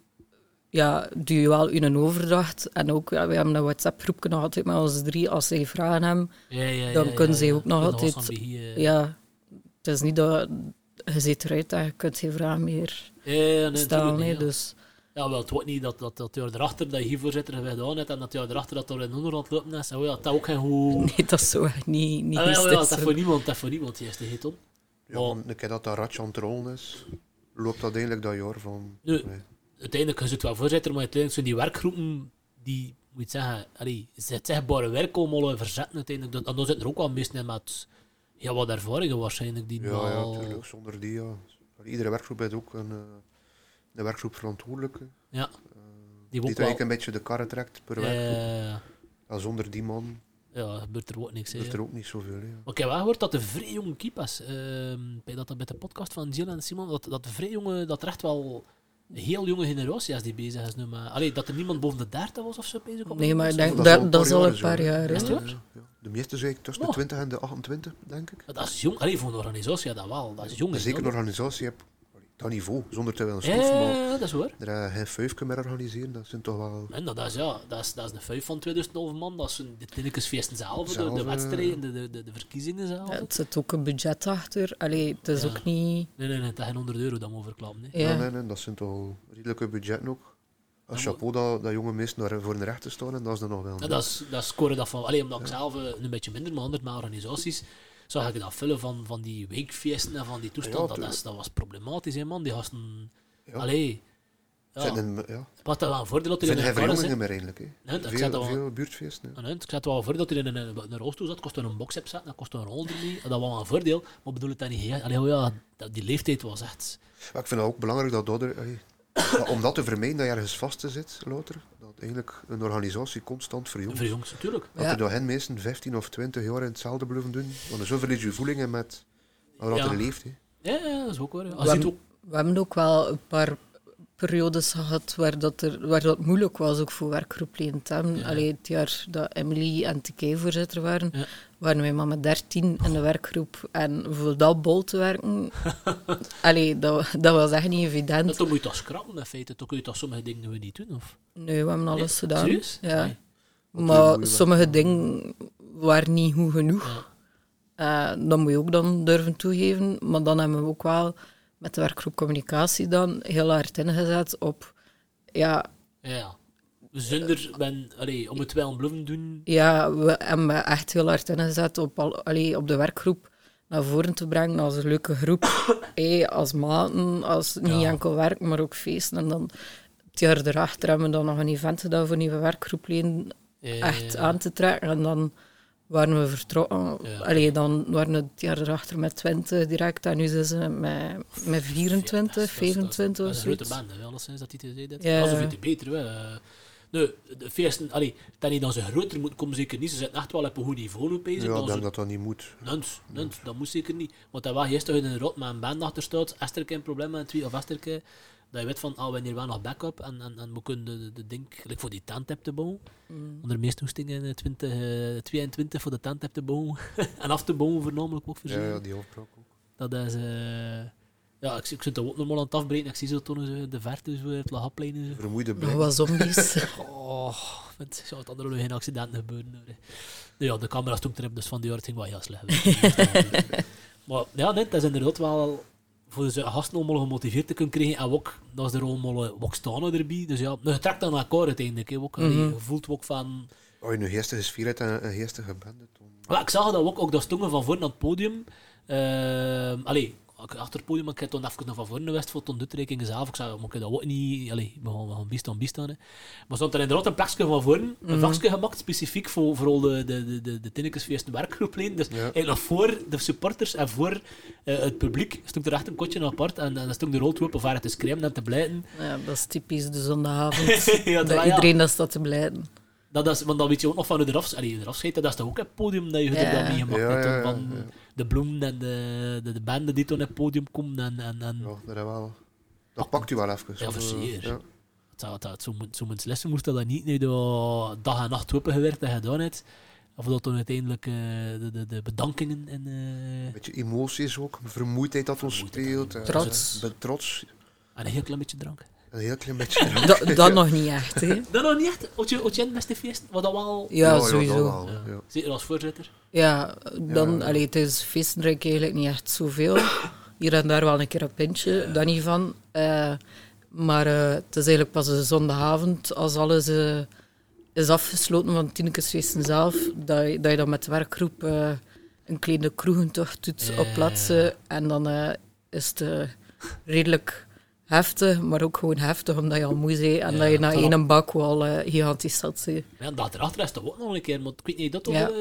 ja, doe je wel een overdracht. En ook, ja, we hebben een WhatsApp-groepje nog altijd met ons drie. Als zij vragen hebben, Ja, ja, ja, dan ja, kunnen ja, ze ja. ook nog Kunnen altijd... was van bij, uh... Ja, het is niet dat je zit eruit en je kunt geen vraag meer Ja, ja, nee, stellen. natuurlijk Nee, niet, ja. dus. Ja, wel, het wordt niet dat, dat, dat jaar erachter dat je hier voorzitter gedaan hebt en dat jaar erachter dat er in Onderland lopen is. En, oh ja, dat ook geen goed... Nee, dat is zo echt niet, niet Ah, ja, geestig ja, dat zo. is voor niemand, dat is voor niemand, juist, heet Tom. Ja, Maar- want een keer dat dat ratje aan het rollen is, loopt dat eigenlijk dat jaar van... Nee. Nee. Uiteindelijk, je zit wel voorzitter, maar uiteindelijk zijn die werkgroepen, die, moet je zeggen, allee, het zichtbare werk om al verzetten uiteindelijk. En dan zitten er ook wel mensen in met heel wat ervaringen waarschijnlijk. Die Ja, wel... ja, tuurlijk. Zonder die, ja. Iedere werkgroep heeft ook een, uh, een werkgroep verantwoordelijke. Ja, Uh, die die ook eigenlijk wel... een beetje de karren trekt per werkgroep. Eh, Ja, zonder die man ja, gebeurt er ook niks. hè, is ja. er ook niet zoveel. Ja. Maar ik heb wel gehoord dat de vrij jonge keep is. Ehm, bij dat, dat met de podcast van Jill en Simon, dat, dat de vrij jonge, dat er echt wel een heel jonge generatie is die bezig is nu. Maar, allee, dat er niemand boven de dertig was of zo bezig. op Nee, de maar ik podcast. denk Dat is dat, al een dat paar is al jaar een zo, paar hè. jaar. Is hè. het waar? Ja, ja. De meeste zijn tussen Oh. de twintig en de achtentwintig, denk ik. Maar dat is jong. Allee, voor een organisatie, ja, dat wel. Dat is jong. hè, Zeker een dat. organisatie heb dat niveau, zonder te willen Ja, stoffen, ja, maar ja, dat is waar. er uh, geen vijf meer organiseren, dat zijn toch wel... En dat is, ja, dat is, dat is een vijf van tweeduizend man. Dat zijn de tinnikensfeesten zelf, de, Zelf, de eh. wedstrijden, de, de, de, de verkiezingen zelf. Ja, het zit ook een budget achter. Allee, het is Ja. ook niet... Nee, nee, nee, dat is geen honderd euro dat we overklappen. hè. Ja. Ja, nee, nee, dat zijn toch redelijke budgetten ook. Als Ja, chapeau dat, dat jonge mensen daar voor hun rechten staan, en dat is dan nog wel... Ja, dat is, dat is scoren dat van... Allee, omdat ik zelf eh, een beetje minder, maar honderd met organisaties, zag ik dat vullen van, van die weekfeesten en van die toestanden. Ja, dat, tuurlijk. is, dat was problematisch, hè, man. Die gasten... Ja. Allee... Ja, Zijn een, ja. wat dat wel een voordeel dat Er hij zijn in geen een kar is, hè. verjongingen meer eigenlijk. Hè. Nee, dat veel, zat al- veel buurtfeesten. hè. Ah, nee, ik zet wel voor dat hij in een, een, een rolstoel zat, kost er een box heb zetten, dat kost er een rol ermee. Dat was wel een voordeel, maar bedoel het dat niet. hè. Allee, oh ja, dat, die leeftijd was echt... Maar ik vind het ook belangrijk dat ouder, allee, maar om dat te vermijden dat je ergens vast te zit later, dat eigenlijk een organisatie constant verjongt. Voor jongens, natuurlijk. Dat Ja. er door hen meesten vijftien of twintig jaar in hetzelfde blijven doen, want zo verlies je voelingen met wat Ja. er leeft. Hè. Ja, ja, dat is ook waar. hè. Als We je het hebben, ook... we hebben ook wel een paar periodes gehad waar dat, er, waar dat moeilijk was ook voor werkgroepleden te hebben. Ja. Allee, het jaar dat Emily en T K voorzitter waren, Ja. waren wij maar met dertien in de werkgroep. En voor dat bol te werken, allee, dat, dat was echt niet evident. Dat dan moet je toch schrappen, in feite. Dan kun je toch sommige dingen weer niet doen, of... Nee, we hebben alles Nee? gedaan. Serieus? Ja. Nee. Wat Maar doe je sommige wel? dingen waren niet goed genoeg. Ja. Eh, dat moet je ook dan durven toegeven. Maar dan hebben we ook wel met de werkgroep communicatie dan heel hard ingezet op... Ja, Ja, ja. Zonder, ben, allee, om het wel blijven doen... ja, we hebben echt heel hard ingezet op, al, allee, op de werkgroep naar voren te brengen als een leuke groep. hey, als maten, als niet Ja. enkel werk, maar ook feesten. En dan het jaar erachter hebben we dan nog een event gedaan voor nieuwe werkgroepleden Eh, echt aan te trekken. En dan waren we vertrokken. Ja. Allee, dan waren we het jaar erachter met twintig direct. En nu zijn ze met, met vierentwintig, dat is- dat is- vijfentwintig dat of is een grote zoiets. band, hè, alleszins, dat die te zeggen. Ja. Alsof het beter, hè. Eh, Nee, de feesten, allee, dat niet dan ze groter moeten komen, zeker niet. Ze zitten echt wel op een goed niveau nu bezig. Ja, ik Dan denk ze- dat dat niet moet. Nuns, nuns, dat moet zeker niet. Want dat was gisteren in een rot met een band achter staat. Esterke een probleem met een twee of Esterke. Dat je weet van, ah, we hebben hier wel nog backup. En, en, en we kunnen de, de, de ding, gelijk voor die tandtap te bouwen. Mm. Onder meest toestingen in twintig, eh, tweeëntwintig voor de tandtap te bouwen. En af te bouwen voornamelijk ook voor Ja, ze. ja, die afbraak ook. Dat is... eh ja, ik, ik zit dat ook normaal aan het afbreken. Ik zie zo toen zo de verte, zo het Lagaplein. Zo. Vermoeide Nog blik. wat zombies. Oh, het zou het andere nog geen accidenten gebeuren. Hoor. Nou ja, de camera stond erop, dus van die jaar het ging wel heel slecht. Maar ja, nee, dat is inderdaad wel voor de gasten allemaal gemotiveerd te kunnen krijgen. En ook, dat is er allemaal eh, ook staan erbij. Dus ja, je trekt dan elkaar uiteindelijk. Hè. Ook, allee, Mhm. je voelt ook van... Als je nu geestige sfeer hebt en een geestige band hebt, dan... Ja, ik zag dat ook, ook dat stongen van voor aan het podium. Ehm allee, achter het podium, maar ik heb toen even naar van voren geweest voor de uitreiking zelf. Ik zei, maar ik heb dat ook niet... Allee, we gaan, we gaan biest aan biest aan. Hè. Maar stond er inderdaad een plekje van voren, een Mhm. vakje gemaakt, specifiek voor vooral de, de, de, de, de Tinnekesfeest werkgroepleden. Dus Ja. eigenlijk nog voor de supporters en voor uh, het publiek stond er echt een kotje apart en, en dan stond de rol open om te schreeuwen en te blijten. Ja, dat is typisch de zondagavond. Ja, dat ja. iedereen dat staat te blijten. Dat is, want dan weet je ook nog van de afscheid. Allee, de afscheid, dat is toch ook het podium dat je Ja. er dan mee gemaakt Ja, hebt. ja, hè, ja, van ja. de bloemen en de, de, de banden die toen op het podium komen. En, en, en, Ja, dat, is wel, dat pakt u wel even. Ja, Of, eh, verzeer. ja. Het zou, het zou, zo moet- zo moet slessen moest dat niet nu de dag en nacht open gewerkt en gedaan heeft. Of dat dan uiteindelijk uh, de, de, de bedankingen en... Uh, Een beetje emoties ook, vermoeidheid dat ons Vermoeidheid, speelt. ja. eh, Trots. ben trots. en een heel klein beetje drank. Een heel klein beetje. Dat, dat nog niet echt, hè. Dat nog niet echt. Had je, had je een beste feest? Wat dat wel... Ja, dat sowieso. wel, Ja. ja. Zeker als voorzitter. Ja, dan, Ja. allee, tijdens feesten drink ik eigenlijk niet echt zoveel. Hier en daar wel een keer een pintje, daar niet van. Eh, maar eh, het is eigenlijk pas een zondagavond, als alles eh, is afgesloten van Tinnekesfeesten zelf, dat je, dat je dan met de werkgroep eh, een kleine kroegentocht doet Ja. op plaatsen. En dan eh, is het eh, redelijk heftig, maar ook gewoon heftig, omdat je al moe bent en Ja, dat je na vooral- één bak wel eh, gigantisch zat bent. Ja, dat erachter is toch ook nog een keer. Maar ik weet niet, dat toch... Ja. Uh,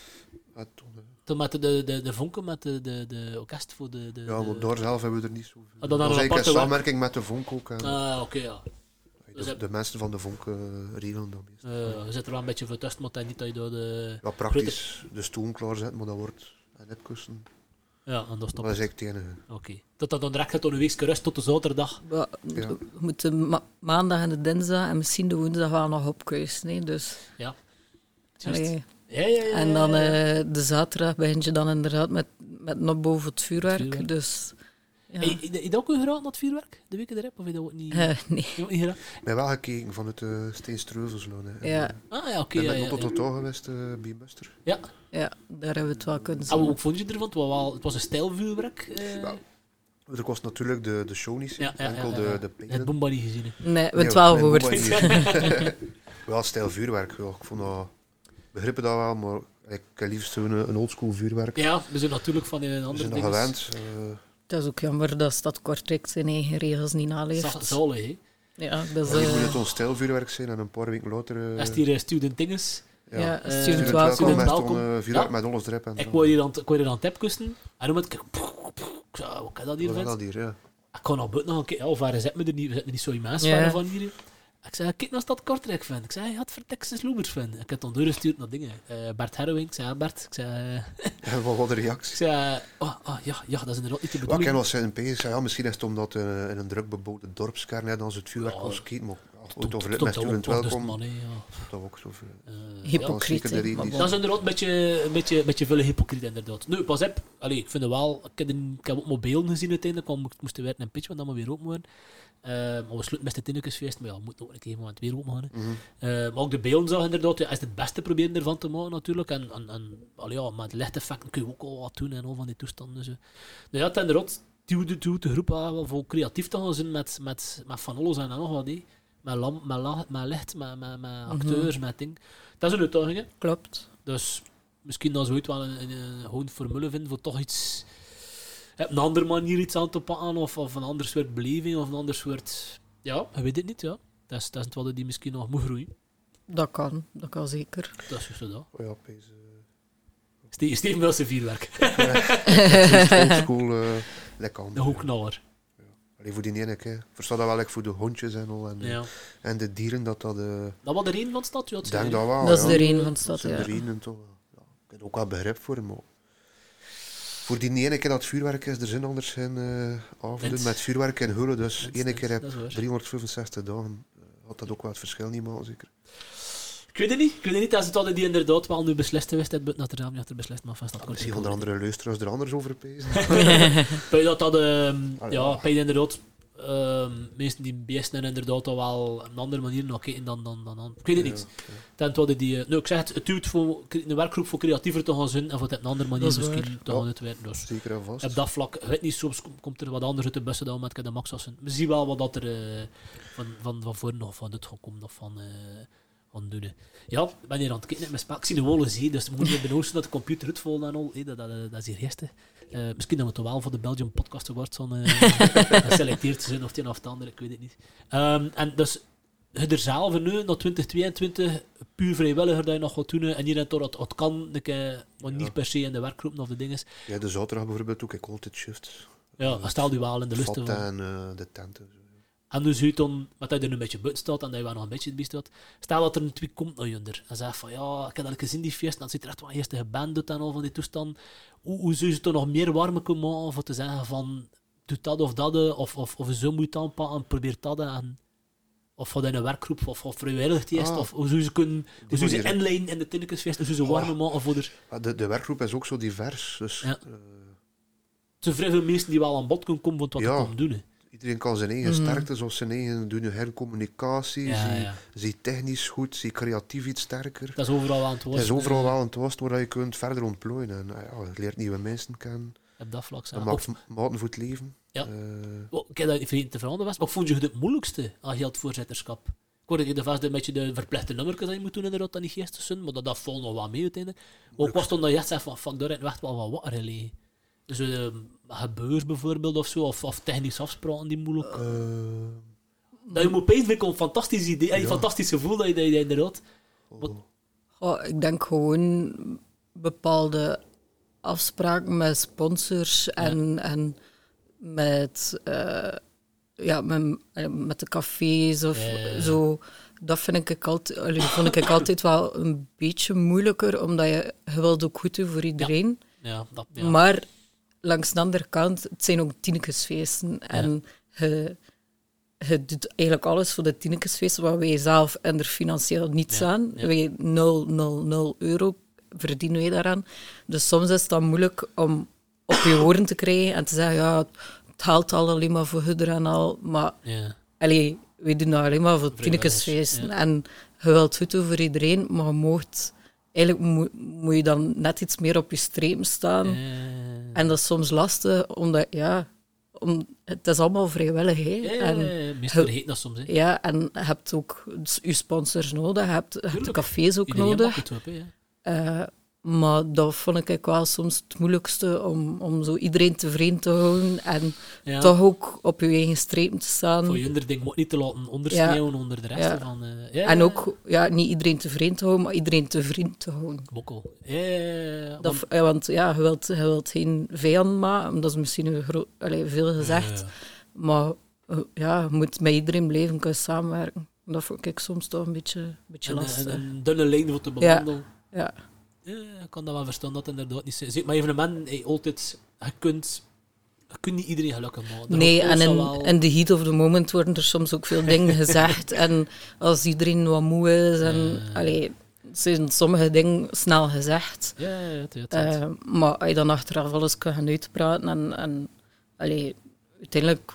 Ja, toen, eh, toen met de, de, de, de vonken, met de, de, de orkest voor de... de ja, maar daar zelf hebben we er niet zoveel. dan Dat een is eigenlijk aparte in werk- samenwerking met de Vonk ook. En, Ah, oké, ja. de, dus heb- de mensen van de Vonk uh, regelen dat meestal. Uh, je zit er wel een beetje voor tussen, maar het is niet dat je door de... Ja, praktisch de stoel klaarzetten, maar dat wordt en net kussen. Ja, en dan Dat stopt is het. eigenlijk het enige. Oké. Tot dat dan direct gaat door een weekje rust tot de zaterdag. Ja, Ja. Je moet de ma- maandag en de dinsdag en misschien de woensdag wel nog opkuisen. Nee? Dus, Ja. allee. Juist. Ja, ja, ja. En dan ja, ja. eh, de zaterdag begin je dan inderdaad met, met nog boven het vuurwerk. Het vuurwerk. Dus, ja. Hey, heb je dat ook geraakt, dat vuurwerk? De weken erop? Of heb je dat ook niet... Eh, nee. heb je dat ook niet geraakt? Ik ben wel gekeken vanuit de Steenstreuvelsloon. Ja. Ah ja, oké. Ik ja, ben ja, tot ja. totaal geweest uh, bij Buster. Ja. ja, daar hebben we het wel kunnen En zien. hoe vond je ervan? Het was, wel, het was een stijlvuurwerk. eh Ja. Er kost natuurlijk de, de show niet zien, Ja, ja, ja, enkel ja, de, ja. de Het pijlen. Boomba niet gezien. Hè. Nee, we hebben Nee, het wel nee, gehoord. Boomba niet. Wel stijl vuurwerk. Ja. Ik vond dat... begrippen dat wel, maar ik heb liefst zo'n een oldschool vuurwerk. Ja, we zijn natuurlijk van een We andere zijn nog dingen. gewend. Uh, Het is ook jammer dat Stad Kortrijk zijn eigen regels niet naleeft. Zalig, hè. Ja, dus, ja, moet eh, het ons stijlvuurwerk zijn en een paar weken later... Uh, Als het hier uh, student dinges... ja, eh, student student welkom. welkom met welkom. zo'n uh, vuurwerk Ja. met alles erop. En Ik zo. wou hier aan het- ik wou hier aan het tapkussen. En dan moet ik... Ik zei, wat kan dat hier, Wat is vent? dat hier, ja. Ik kon nog buiten nog een keer... Ja, of waar zit me er niet... We zitten niet zo immens Ja. ver van hier. Ik zei, kijk naar Stad Kortrijk, vent. Ik zei, je had voor Texas Loobers, vent. Ik heb dan doorgestuurd naar dingen. Uh, Bert Herwing. Ik zei, ja, Bert. Ik zei... Uh, En wat was de ik reactie? zei... Oh, oh, ja, ja, dat is inderdaad niet de Wat bedoeling. kan als zijn P? Ja, misschien is het omdat uh, in een druk bebouwde dorpskern hè, dan ze het vuurwerk Ja. kon schieten, maar ja, Stond- ooit overleefd stond met dat ook student nog, dus welkom. man, hè, ja. Dat ook zoveel. Eh, Hypocriet, zeker de hè. reden Maar die- bon. Dat is inderdaad een beetje, een beetje, een beetje veel hypocriet, inderdaad. Nu, pas op. Allee, ik vind het wel... Ik heb, een- ik heb ook mobielen gezien uiteindelijk, want ik moest werken in pitch, want dan maar weer open worden. Uh, maar we sluiten met de Tinnekesfeest, maar ja, we moeten ook een keer moment weer open gaan. hè. Mhm. Uh, maar ook de beelden zag inderdaad, ja, is het beste proberen ervan te maken natuurlijk. En, en, en allee, ja, met lichteffecten kun je ook al wat doen en al van die toestanden. Zo. Nou ja, het inderdaad, duwde duwde de groep aan wel voor creatief te gaan zijn met, met, met van alles en nog wat. hè. Met, lamp, met, la, met licht, met, met, met acteurs, met dingen. Dat is een uitdaging. hè. Klopt. Dus misschien dat ze ooit wel een, een, een gewoon formule vinden voor toch iets... Op een andere manier iets aan te pakken, of, of een ander soort beleving, of een ander soort... Ja, je weet het niet, ja. Dat is, dat is wat die misschien nog moet groeien. Dat kan, dat kan zeker. Dat is juist dat. Oh ja, Pees. Ste Steven wil zijn vuurwerk. Uh, oldschool, uh, lekker. De hoeknaller. Alleen voor die ene keer. Versta dat wel like, voor de hondjes en al. En, de- Ja. en de dieren dat dat. Uh, Dat was de reden van de stad, ja. ik denk dat wel. Dat is ja. de reden van de Dat stad, zijn ja. de redenen toch. Ja, ik heb er ook wel begrip voor. Maar voor die ene keer dat het vuurwerk is, er zijn anders geen uh, avonden Net. met vuurwerk en hullen. Dus Net, ene net, keer heb dat is waar. driehonderdvijfenzestig dagen. Uh, had dat ook wel het verschil niet maken, zeker. Ik weet het niet. Ik weet het niet. Als het hadden die inderdaad wel nu beslist geweest, het buiten dat er niet achter beslist, maar vast dat Misschien onder andere luisteraars er anders over pezen. Bij dat dat, um, Ah, ja, ja. bij inderdaad, um, mensen die beesten inderdaad al wel een andere manier naar kijken dan, dan, dan, dan. Ik weet het niet. Ja, Ten tweede die, uh, nou, ik zeg het, het duwt voor een werkgroep voor creatiever te gaan zijn en voor het op een andere manier Dat is misschien waar. te Ja. gaan uitwerken. Dus zeker en vast. op dat vlak, ik weet niet, soms kom- komt er wat anders uit de bussen dan met de max zijn. We zien wel wat dat er uh, van, van, van voor nog van dit gaat komen of van... Uh, gaan doen. Hè. Ja, ik ben hier aan het kijken met mijn spel. Ik zie de wollen zien, dus we moeten benoemen dat de computer het vol en al. Hey, dat, dat, dat is hier eerste. Uh, misschien dat we toch wel voor de Belgium Podcast Awards aan uh, geselecteerd zijn, of het een of het ander, ik weet het niet. Um, en dus, je er zelf nu, na twintig tweeëntwintig, puur vrijwilliger dat je nog gaat doen, en hier en toch, het, het kan, ik, uh, maar niet ja. per se in de werkgroepen of de dingen. Ja, de zaterdag bijvoorbeeld ook, ik altijd shift. Ja, dat stel je wel in de lusten van. En uh, de tenten. En dus je dan, met dat je er nu een beetje buiten staat en dat je wel nog een beetje het staat, stel dat er een twee komt naar je en zegt van ja, ik heb dat gezien die feest, en dan zit er echt wel eerst een band doet en al van die toestand. Hoe, hoe zou je het er nog meer warmer kunnen maken voor te zeggen van doe dat of dat, of, of, of zo moet je het aanpakken, probeer dat en of wat in een werkgroep, of, of vrijwillig eerst, ah, of hoe zou je kunnen, hoe zou je inleiden in de Tinnekesfeest, hoe zou je ze warmer maken voor er... De, de werkgroep is ook zo divers, dus... Ja. Uh... Er zijn vrij veel mensen die wel aan bod kunnen komen wat ja. ze komen doen. Hè. Iedereen kan zijn eigen mm-hmm. sterktes of zijn eigen doen, hun communicatie, ja, zie, ja. zie technisch goed, zie creatief iets sterker. Dat is overal aan het woord. Het is overal wel aan het woord waar je kunt verder ontplooien. En, ja, je leert nieuwe mensen kennen. Op dat vlak zijn. Dat maakt maten voor het leven. Ja. Uh, oh, ik heb dat niet te veranderen was. Wat vond je het moeilijkste aan heel het voorzitterschap? Ik hoorde je de vast een beetje de verplichte nummertjes dat je moet doen inderdaad, dat niet geesten, maar dat, dat valt nog wel mee uiteindelijk. Ook was dan dat je echt zegt van, fuck, daar heb ik echt wel wat water gelegen. Dus uh, gebeurs bijvoorbeeld of zo, of, of technische afspraken die moeilijk... Uh, dat je moet pezen, vind ik een fantastisch idee, ja. een fantastisch gevoel dat je, dat je inderdaad... Oh. Oh, ik denk gewoon bepaalde afspraken met sponsors en, ja. en met, uh, ja, met, met de cafés of ja, ja, ja. zo. Dat vind ik altijd, vond ik altijd wel een beetje moeilijker, omdat je, je wilt ook goed doen voor iedereen. Ja. Ja, dat, ja. Maar langs de andere kant, het zijn ook Tinnekesfeesten. En ja. je, je doet eigenlijk alles voor de Tinnekesfeesten, waar wij zelf en er financieel niets ja. aan. Ja. Wij nul, nul, nul euro verdienen wij daaraan. Dus soms is het dan moeilijk om op je woorden te krijgen en te zeggen, ja, het haalt al alleen maar voor Hudder en al. Maar ja. allee, wij doen dat alleen maar voor Tinnekesfeesten. Ja. En je wilt goed doen voor iedereen, maar je moogt... Eigenlijk moet, moet je dan net iets meer op je strepen staan. Uh, en dat is soms lastig, omdat ja, om, het is allemaal vrijwillig. Hè. Ja, en meestal vergeet dat soms. Hè. Ja, en je hebt ook je sponsors nodig, je hebt, je hebt de cafés ook iedereen nodig. Het op, hè. Uh, maar dat vond ik wel soms het moeilijkste, om, om zo iedereen tevreden te houden en ja. toch ook op je eigen strepen te staan. Voor je onder ding moet niet te laten ondersneeuwen ja. onder de rest ja. van... Uh, ja, en ook ja, niet iedereen tevreden te houden, maar iedereen tevreden te houden. Mokkel. Ja, ja, dat, want, want ja, je wilt, je wilt geen vijand maken, dat is misschien een gro- allez, veel gezegd, ja. maar ja, je moet met iedereen blijven kunnen samenwerken. Dat vond ik soms toch een beetje, een beetje en, lastig. En een dunne lijn voor te bewandelen. Ja. ja. Ja, ik kan dat wel verstaan, dat inderdaad niet zit. Maar evenementen, hey, altijd, je kunt, je kunt niet iedereen gelukkig maken. Nee, en in, wel... in the heat of the moment worden er soms ook veel dingen gezegd. En als iedereen wat moe is, en, uh, allee, zijn sommige dingen snel gezegd. Ja, ja, ja, ja, ja. Uh, maar als je dan achteraf alles kan gaan uitpraten en, en allee, uiteindelijk...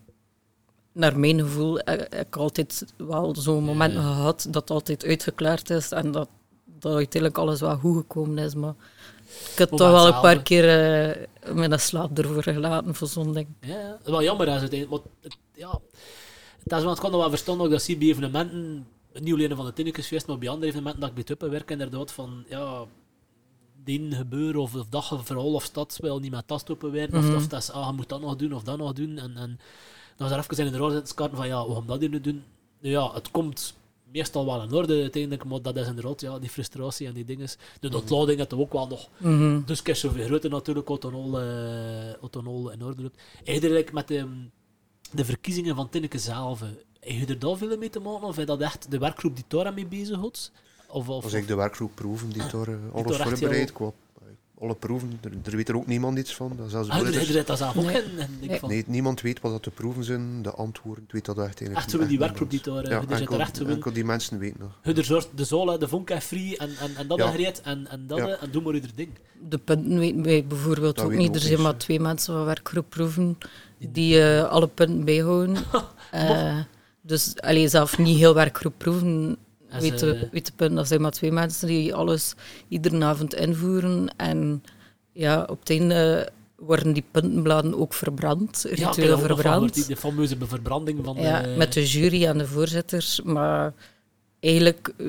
Naar mijn gevoel heb ik altijd wel zo'n momenten ja, ja. gehad dat het altijd uitgeklaard is en dat dat uiteindelijk alles wel goed gekomen is, maar ik heb toch wel een paar keer uh, met een slaap ervoor gelaten voor zo'n ding. Ja, dat is wel jammer is uiteindelijk, maar het, ja, het, is, het kan nog wel verstaan dat ik dat zie bij evenementen, niet alleen van de Tinnekesfeest, maar bij andere evenementen dat ik bij Tuppen werk, inderdaad van, ja, die gebeuren of, of dat verhaal of stad wil niet met tas open werden, mm-hmm. of, of dat is, ah, je moet dat nog doen of dat nog doen, en, en dan was er even in de raadskarten van, ja, hoe gaan we dat hier nu doen? Nu ja, het komt... meestal wel in orde uiteindelijk, maar dat is inderdaad ja, die frustratie en die dingen. De ontlading had ook wel nog. Mm-hmm. Dus ik is zoveel groter natuurlijk, autonool, uh, autonool in orde loopt. Eigenlijk met de, de verkiezingen van Tinneke zelf, heb je er daar veel mee te maken? Of is dat echt de werkgroep die daar mee bezig houdt? Of, of, dat is de werkgroep proeven die daar uh, alles voorbereidt. Qua alle proeven, er, er weet er ook niemand iets van. Dat zelfs ah, er zit dat zelf ook nee. in? in nee. nee, niemand weet wat dat de proeven zijn, de antwoorden, weet dat echt eigenlijk echt zo die werkgroep die daar... Ja, er enkel, echt enkel die mensen weten nog. Je er zorgt de zolen, de vonk en free en, en, en dat ja. gereed en, en dat ja. en doe maar je ding. De punten weten wij bijvoorbeeld dat ook niet. Er zijn maar twee mensen van werkgroep proeven die uh, alle punten bijhouden. uh, dus allee, zelf niet heel werkgroep proeven... Weet de, weet de punt, dat zijn maar twee mensen die alles iedere avond invoeren. En ja, op het einde worden die puntenbladen ook verbrand, ja, ritueel verbrand. Die, de fameuze verbranding van ja, de... met de jury en de voorzitters. Maar eigenlijk,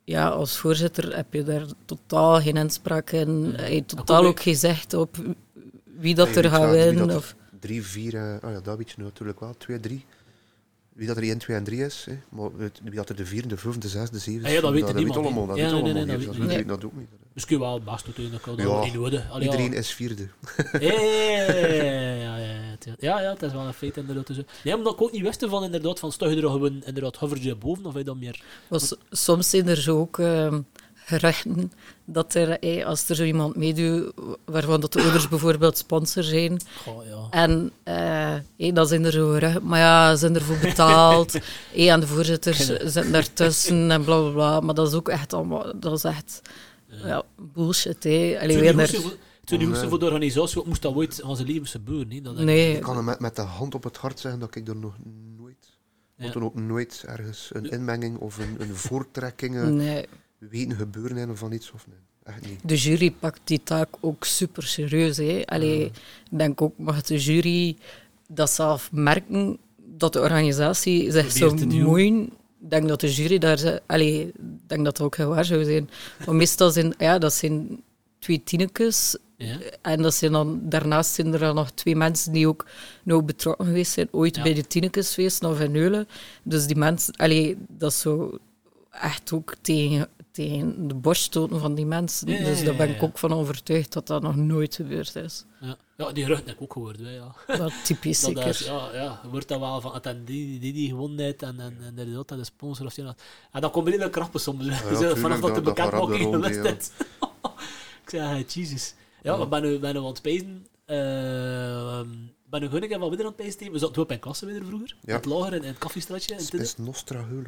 ja, als voorzitter heb je daar totaal geen inspraak in. Ja. Je hebt totaal ook geen zicht op wie dat Ja, er je weet gaat wel wie winnen. dat Of... Drie, vier, uh, oh ja, dat weet je nu natuurlijk wel, twee, drie. Wie dat er één, twee en drie is, hè. Maar het, wie dat er de vierde, de vijfde, de zesde, de zevende Ah ja, dat weet dat, niemand, weet allemaal, hè. dat Ja, weet nee, allemaal nee, niet. dat Dus weet we weten dat ook niet. Misschien wel best natuurlijk, dat Ja, wel in orde. Allee, Iedereen ja. is vierde. Ja, ja, ja, ja, ja, ja, ja, ja, het is wel een feit inderdaad. Dus, nee, omdat ik ook niet wist van inderdaad, van stug je er gewoon inderdaad hover je boven, of je dan meer... Was, soms zijn er zo ook uh, geruchten dat er, hey, als er zo iemand meedoet, waarvan dat de ouders bijvoorbeeld sponsor zijn, Goh, ja. en uh, hey, dan zijn er zo geruchten, maar ja, ze zijn ervoor betaald, hey, en de voorzitters zitten daartussen en bla bla bla, maar dat is ook echt allemaal, dat is echt ja. Ja, bullshit, hè. Allee, Toen er... Toen die moesten voor de organisatie, moest dat ooit van zijn leven gebeuren. Hè? Dat nee. Ik kan hem met, met de hand op het hart zeggen dat ik er nog nooit... Ja. Want er ook nooit ergens een inmenging of een, een voortrekking nee. weten gebeuren in of van iets of nee. Echt niet. De jury pakt die taak ook super serieus. Hè. Allee, ja. Ik denk ook, mag de jury dat zelf merken dat de organisatie zich zo moeien. Ik denk dat de jury daar... Allee, ik denk dat dat ook heel waar zou zijn. Maar meestal zijn... Ja, dat zijn twee tienekes. Ja. En dat zijn dan, daarnaast zijn er dan nog twee mensen die ook nou betrokken geweest zijn, ooit ja. bij de tienekesfeest of in Eulen. Dus die mensen, allee, dat is zo echt ook tegen, tegen de borst stoten van die mensen. Ja, ja, ja, dus daar ben ik ja. ook van overtuigd dat dat nog nooit gebeurd is. Ja, ja die geruchten heb ik ook gehoord. Hè, ja. Dat typisch dat zeker. Is, ja, ja, wordt dat wel van, en die, die die gewonnen heeft en, en, en inderdaad, en de sponsor of zo. En dat komt redelijk krappen soms. Ja, ja, tuurlijk, vanaf dat de bekendmaking geweest ja. is. Ik zeg, jezus. Ja, we zijn nu, ben nu aan het pijzen. Uh, ben nu gewoon wat weer aan het pijzen. We zaten op in klasse weer vroeger. Ja. Het lager in, in het koffiestraatje. Het is Nostra Heulen.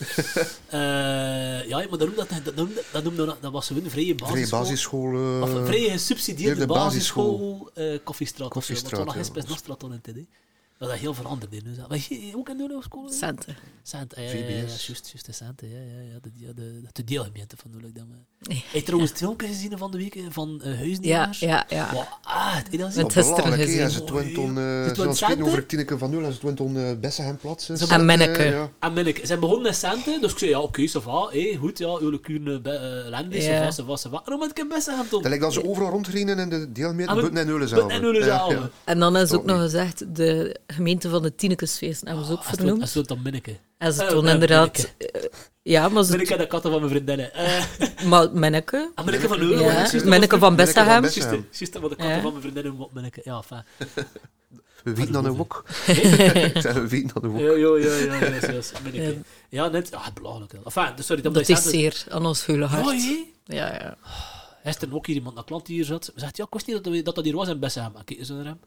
uh, ja, maar daarom dat, dat, noemde, dat, noemde, dat was een vrije basisschool. Vrije basisschool. Uh, of een vrije gesubsidieerde basisschool, uh, koffiestraat. Koffiestraat, wat was nog ja. eens Nostra toen in T D. Dat is heel veranderd in. Dus, maar je ook in de school? Sante. Sante, ja, ja, ja, juist, juist de Sante, ja, ja, ja, de, de, de, de deelgemeente van Noelijk. Heb je trouwens het filmpje gezien van de week van uh, Huizendenaars? Ja, ja, ja. Wow, ah, heb je dat gezien? Met gisteren gezien. Ja, ze twint on, uh, ze spreken over Tineke van Nul en ze twint on uh, Bessenhemplatz. En Menneke. Uh, ja. En Menneke. Ze begonnen met Sante, dus ik zei, ja, oké, okay, ça va, hey, goed, ja, jullie kuren uh, Lendes, ja. ça va, ça va. En dan moet ik in Bessenhempton. Dat lijkt dat ze overal rondgereden in de deelgemeente, buiten en Neulen zelf. Buiten en Neulen zelf. Ja, ja. En dan is ook nog gezegd, de gemeente van de Tinekesfeesten hebben ze ook oh, vernoemd. En stond dan Menneke. En ze Uh, toen uh, inderdaad... Uh, ja, maar ze... Menneke, de katten van mijn vriendinnen. Uh. Maar Menneke... Ah, Menneke van Neulen. Ja, ja. Menneke van Bessenhem. Juist, maar de katten ja. van mijn vriendinnen moet Menneke. Ja, fijn. We weten dan een wok. Ik zeg, we weten dan een wok. Ja, ja, ja, ja, yes, yes. Menneke. Ja. ja, net... Ah, belachelijk. Enfin, dus sorry, dat dat is zeer aan ons hele hart. Oh, jee? Ja, ja. Gisteren ook hier iemand naar klant hier zat. Zegt, ja, ik wist niet dat dat, dat hier was in Bessenhem. Kijk eens naar hem.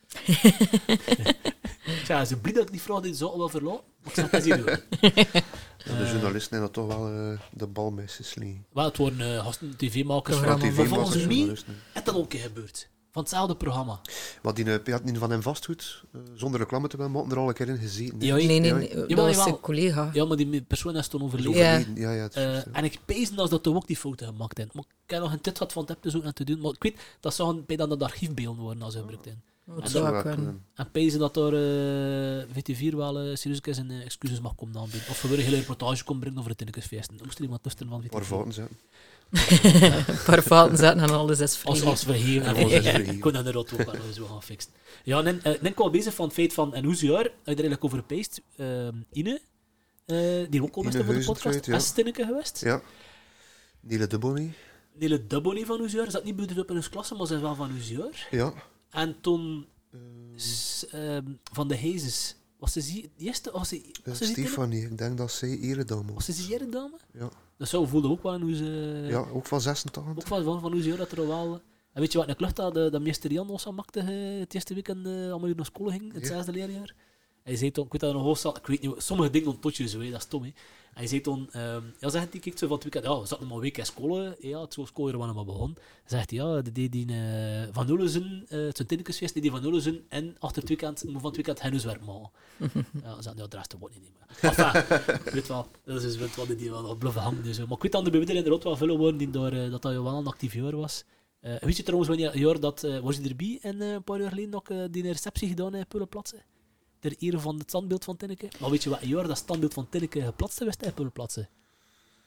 Ja, ze blij dat ik die vrouw die zo wel verlaat. Maar ik zeg, dat is hier doen. Ja, de journalisten hebben toch wel uh, de bal mee gesleept. Wel, het waren uh, gasten, tv-makers. Ja, T V maar volgens mij is dat ook een keer gebeurd. Van hetzelfde programma. Wat die uh, Peat van hem vastgoed, uh, zonder reclame te willen maken, er al een keer in gezeten. Ja, nee, nee, nee, ja, nee ja, dat was ja, zijn collega. Ja, maar die persoon is toen overleden. Ja. Ja, ja, uh, is, en ik pees als dat toch ook die foto gemaakt heeft. Maar ik heb nog een tit gehad van het app te zoeken en te doen. Maar ik weet dat ze bij dan dat archiefbeelden worden als ze gebruikt hebben. Dat zou wel kunnen. En pezen dat er uh, V T vier wel uh, serieus is en uh, excuses mag komen aanbieden. Of we weer een hele reportage komen brengen over het Tinnekesfeesten. Dan moest er iemand tussen van V T vier. Een paar fouten zetten. Een paar fouten zetten en alles is Als, vergeven. als vergeven. Alles is vergeven. Ik kon dat er ook wel zo gaan fixen. Ja, en uh, ik wel bezig van het feit van, en hoe ze jaar, uit er eigenlijk over gepeest, uh, Ine, uh, die ook al best voor de podcast, ja. is Tinneke geweest. Ja. Nele Dubbony. Nele Dubbony van Hoezier. Is dat niet bedoeld op in hun klasse, maar ze is wel van Hoezier. Ja. En toen Uh, s, uh, van de Hazes. Was ze die eerste? Was ze, was ze die Stefanie, ik denk dat zij eredame was. Was ze die eerste dame? Ja. Dat zou voelde ook wel in hoe ze... Ja, ook van zesentachtig. Ook van, van, van hoe ze dat er wel... En weet je wat, een klucht dat de, de meester Jan ons maakte uh, het eerste weekend uh, allemaal naar school ging, het ja. zesde leerjaar. Hij zei toen, ik weet dat nog hoog zat, ik weet niet, sommige dingen ontpot je zo, hè, dat is stom. Hè. Hij zei toen, um, ja, zegt hij, kijkt zo van het weekend, ja, we zaten nog maar een week in school, hè, ja, het school hier wanneer maar begon. Zegt hij, ja, die, die uh, Van Nullezen, uh, het zijn Tinnekesfeest, die, die Van Nullezen en achter het weekend, moet van het weekend huiswerk maken. Ja, zegt, ja, de rest wordt niet meer. Enfin, ik weet wel, dat is dus wel die wel nog bluffen hangen. Dus, maar ik weet dat de bewinderen inderdaad wel veel worden, die door, uh, dat dat wel een actief jaar was. Uh, weet je trouwens wanneer jaar dat, uh, was je erbij en uh, een paar jaar geleden nog uh, die receptie gedaan in Pullenplatsen? Ter ere van het standbeeld van Tinneke. Maar weet je wat, een jaar dat standbeeld van Tinneke geplatst is in Pullenplatsen?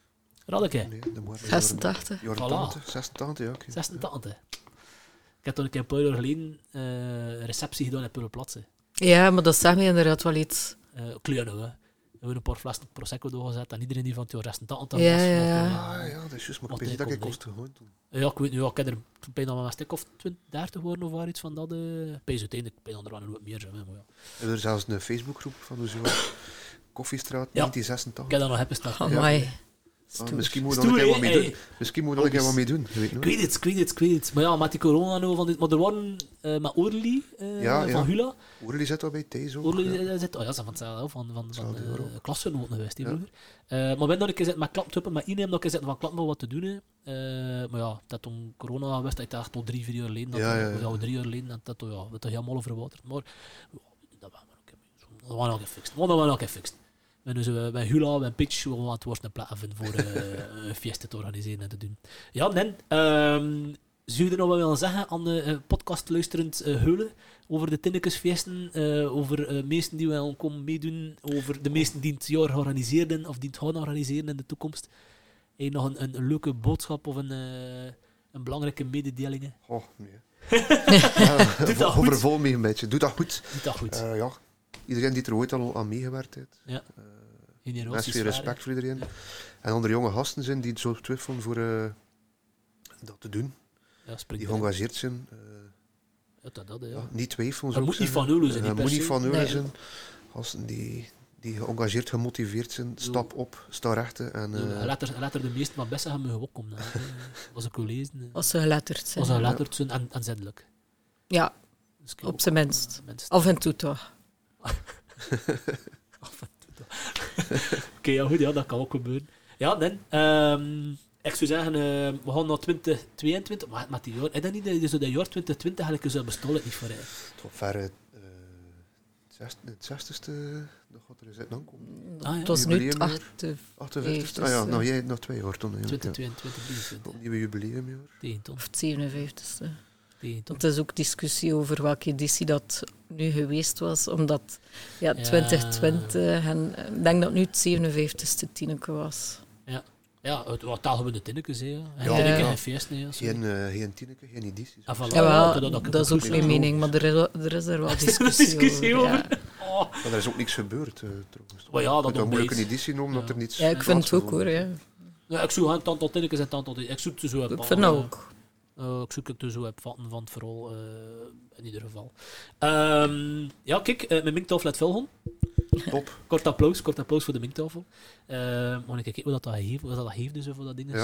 Raad ik, hè? Nee, de moeder. zesentachtig. Jaren Voilà. tachtig, zesentachtig, ja. oké. zesentachtig. Ik heb toen een keer een paar jaar geleden uh, een receptie gedaan in Pullaplatse. Ja, maar dat zegt me inderdaad wel iets. Uh, Kleine, hè. We hebben een paar flessen Prosecco doorgezet en iedereen die van het jaar zesentachtig Ja, was. ja, wat, ja. uh, Ah ja, dat is juist, maar ik wat weet niet dat hij ik kon, kost gewoon toen. Ja, ik weet nu, ja, ik heb er bijna maar een stuk of twintig, dertig worden of waar iets van dat. Uh, Pees uiteindelijk, bijna er wel een meer zijn. Maar ja. We hebben er zelfs een Facebookgroep van hoe zo Koffiestraat Ja. negentien zesentachtig. Ik heb dat nog hebben staan. Amai. Ah, misschien moet je Stoer, nog een keer wat hè? mee doen. Hey. Misschien moet je nog een keer wat mee doen. Je weet Ik nooit. weet het, ik weet het, ik weet het. Maar ja, met die corona nu van dit... Maar er waren uh, met Orly uh, Ja, van ja. Hula. Orly zit al bij Thijs ook. Orly ja. uh, zit... Oh ja, ze zijn van hetzelfde, van, van, van Hetzelfde uh, jaar ook. klasgenoten geweest, die Ja. vroeger. Uh, maar we hebben nog een keer zitten met klaptuppen, met Ine nog een keer zitten van klappen wat te doen. Hè. Uh, maar ja, dat toen corona geweest, dat is echt al drie, vier jaar geleden. Dat Ja, dat- ja, ja. ja, drie jaar geleden, dat dat toch ja, dat toch helemaal overwaterd. Maar ja, dat waren we nog een keer. Dat waren we nog gefixt. Dat waren we nog gefixt. En dus uh, bij Hula, bij Pitch, we gaan het worst een plaat vinden voor uh, een fiesta te organiseren en te doen. Ja, Nen, um, zou je er nog wat willen zeggen aan de uh, podcast luisterend uh, Heulen over de Tinnekesfeesten, uh, over uh, meesten die wel komen meedoen, over de meesten die het jaar organiseren of die het gaan organiseren in de toekomst? Heb je nog een, een, een leuke boodschap of een, uh, een belangrijke mededeling? Oh, nee. ja, Doe dat goed. overvol me een beetje. Doe dat goed. Niet dat goed. Uh, ja. Iedereen die er ooit al aan meegewerkt heeft. Ja. Uh, Generaties Best veel respect waren. voor iedereen. Ja. En andere jonge gasten zijn die het zo twijfelen voor uh, dat te doen. Ja, spring Die erin. geëngageerd zijn. Uh, Ja, dat, dat, ja. ja, niet twijfelen. Dat zou moet ik niet zeggen. van nul zijn, Uh, niet per moet niet se. van nul Nee. zijn. Gasten die, die geëngageerd, gemotiveerd zijn. Stap op, sta rechten. En, Uh, uh, later, later de meesten van best gaan mogen opkomen. hè. Uh, Als ik wil lezen. uh, Als ze geletterd zijn. Als ze geletterd zijn en, en zedelijk. Ja, Dus ik op ook, zijn minst. uh, minst. Af en toe toch. Af en toe toch. Oké, ja, goed, ja, dat kan ook gebeuren. Ja, dan. ehm, ik zou zeggen, uh, we gaan naar twintig tweeëntwintig. Maar met die jaar, is dat niet dat je zo dat jaar twintig twintig eigenlijk zou bestolen niet voor hè? tot ver uh, het zestigste, dat gaat er eens uit aankomen. Ah, ja. Het was nu het Jubileumjaar. achtste achtenvijftigste. Ah dus, ja, uh, nog, jij, nog twee jaar toen. Ja. twintig Ja. tweeëntwintig, drieëntwintig. Opnieuw jubileumjaar. Tegen ton. of het zevenenvijftigste. Tegen ton. Want er is ook discussie over welke editie dat nu geweest was, omdat ja, Ja. twintig twintig en eh, ik denk dat nu het zevenenvijftigste Tineke was. Ja, het was taal hebben de tinnekes, hè. En Ja. tinneke, Ja. geen feest, nee. ja, sorry. Geen, uh, geen tieneke, geen edities. Ah, voilà. Ja, ja, wel, dat- dat- dat is ook dat- mijn mening, maar er is, er is er wel er discussie, discussie over. over? Ja. Oh. Maar er is ook niks gebeurd, uh, trouwens. Maar ja, dat Je kunt nog moeilijk een niet. editie noemen dat Ja. er niets Ja, ik vind het ook hoor. plaatsgevonden Ja. Ja, ik zoek een aantal tinnekes en een aantal... Ik zoek het zo Ik op. vind uh, dat ook. Uh, ik zoek het er zo op vatten van het verhaal, uh, in ieder geval. Um, ja, kijk, uh, mijn minktafel het veel heeft. Top. Kort applaus, kort applaus voor de minktafel. Uh, maar ik kijken wat dat heeft, wat dat heeft dus voor dat ding is. Ja.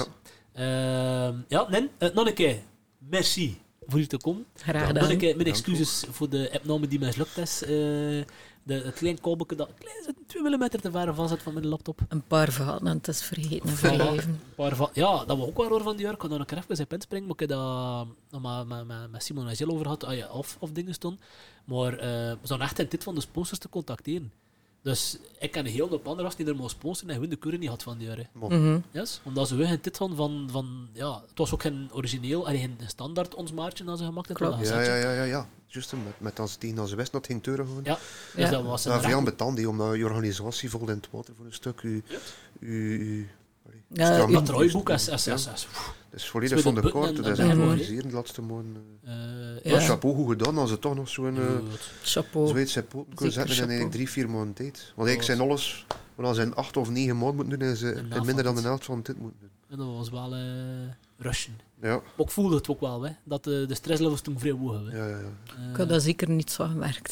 Uh, ja, nee, uh, nog een keer. Merci voor hier te komen. Graag Nog een gedaan. keer mijn Dank excuses voor de opname die mislukt is. Uh, de, het klein kabeltje dat klein zit, twee millimeter te ver van zit van mijn laptop. Een paar verhalen en het is vergeten en Voilà. vergeven. Een paar van, ja, dat was ook wel hoor van die jaar. Ik kan daar nog even op inspringen, maar ik heb dat nog met, met, met, met Simon en Gilles over gehad. Ah, ja, of, of dingen stond. Maar uh, we zijn echt in dit van de sponsors te contacteren. Dus ik ken een heel hoop andere die er mogen sponsoren en gewoon de keuren niet had van die jaren. Mhm. Yes? Omdat ze wel geen dit van, van, van, ja, het was ook geen origineel, allee, geen standaard ons maartje dat ze gemaakt hebben. Klopt. dat Ja, gezetje. ja, ja, ja, ja. Juist met, met als tegen als ze wist dat het ging teuren gewoon. Ja. Dus Ja. dat was een Ja, veel recht- betand die omdat je organisatie vol in het water voor een stuk. Je, je, je, allee, Ja, stram- u- dat roeiboek is, is, Ja. is, is, Dat is volledig Is van met de de button kaart. en- Dat is en- echt Ja. organiseren de laatste maanden. uh, Ja. Ja. Chapeau, goed gedaan als ze toch nog zo'n uh, goed. Chapeau. Zweedse poten kunnen Zeker zetten in chapeau. eigenlijk drie, vier maanden tijd. Want ik zijn alles, want als ze in acht of negen maanden moeten doen, en ze Een in helft minder dan van de helft van dit moeten doen. En dat was wel uh, rushen. Ja, Maar ik voelde het ook wel, hè, dat de, de stresslevels toen vrij hoog waren. ja, ja. ja. Uh, Ik had daar zeker niet zo gemerkt.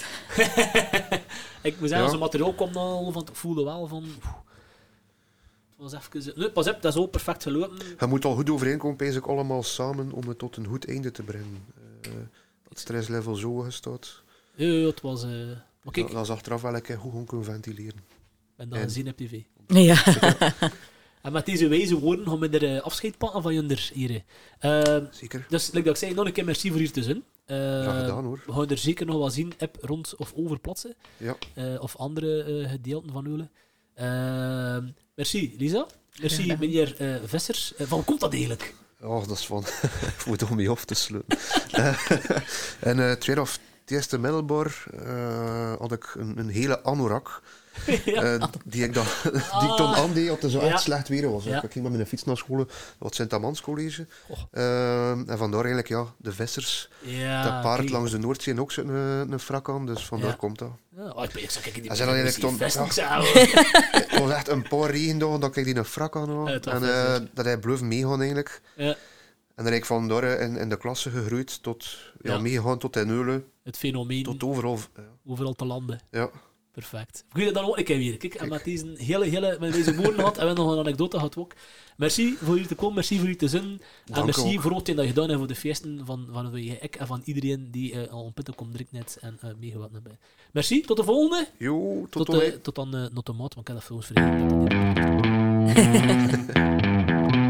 ik moet zeggen, Ja. als het materiaal kwam dan al, van, ik voelde wel van... oeh, het was even... Nee, pas op, dat is ook perfect gelopen. Je moet al goed overeenkomen, pees ik allemaal samen, om het tot een goed einde te brengen. Uh, dat stresslevel zo hoog staat. Ja, ja, het was... Uh, maar kijk, Dat, dat is achteraf wel een keer goed gewoon kunnen ventileren. ik ben dat en- gezien op tv. Ja. En met deze wijze woorden gaan we er uh, afscheid pakken van jullie hier. Uh, Zeker. dus, like dat ik zei, nog een keer merci voor hier te zijn. Uh, Graag gedaan hoor. We gaan er zeker nog wat zien, op, rond of over plaatsen. Ja. Uh, of andere uh, gedeelten van Eulen. Uh, merci, Lisa. Merci, Graag gedaan. meneer uh, Vissers. Uh, van hoe komt dat eigenlijk? Oh, dat is van... ik moet om mee af te sluiten. en uh, tweede of het eerste middelbaar uh, had ik een, een hele anorak. ja. Uh, die ik dan die ik toen aandeed op de zo echt Ja. slecht weer was. Ja. Ik ging met mijn fiets naar school, wat Sint-Amans College. Oh. Uh, en vandaar eigenlijk ja, de vissers, Ja, dat paard kijk. langs de Noordzee ook zo'n een, een frak aan, dus vandaar Ja. komt dat. Ja, oh, ik ben ik zag ik die En zijn dan eigenlijk toen- vesting ja. zo. Het was echt een paar regendagen dat ik die een frak aan had. Ja, tof, en is uh, het. dat hij bleef meegaan eigenlijk. Ja, En dan ben ik vandaar in, in de klasse gegroeid, tot, ja, Ja. meegegaan tot in Eulen, het fenomeen, tot overal. Ja. overal te landen. ja. Perfect. Ik weet het dan ook een keer weer. Kijk, en met deze hele, hele, met deze woorden gehad, en we hebben nog een anekdote gehad ook. Merci voor hier te komen, merci voor hier te zijn. En Dank merci ook. voor wat je dat gedaan hebt voor de feesten van, van ik en van iedereen die uh, al een pitten komt drinken net en uh, meegewacht hebben. Merci, tot de volgende. Jo, tot, Tot, tot, uh, tot dan uh, not de maat, want ik heb dat voor ons vergeten.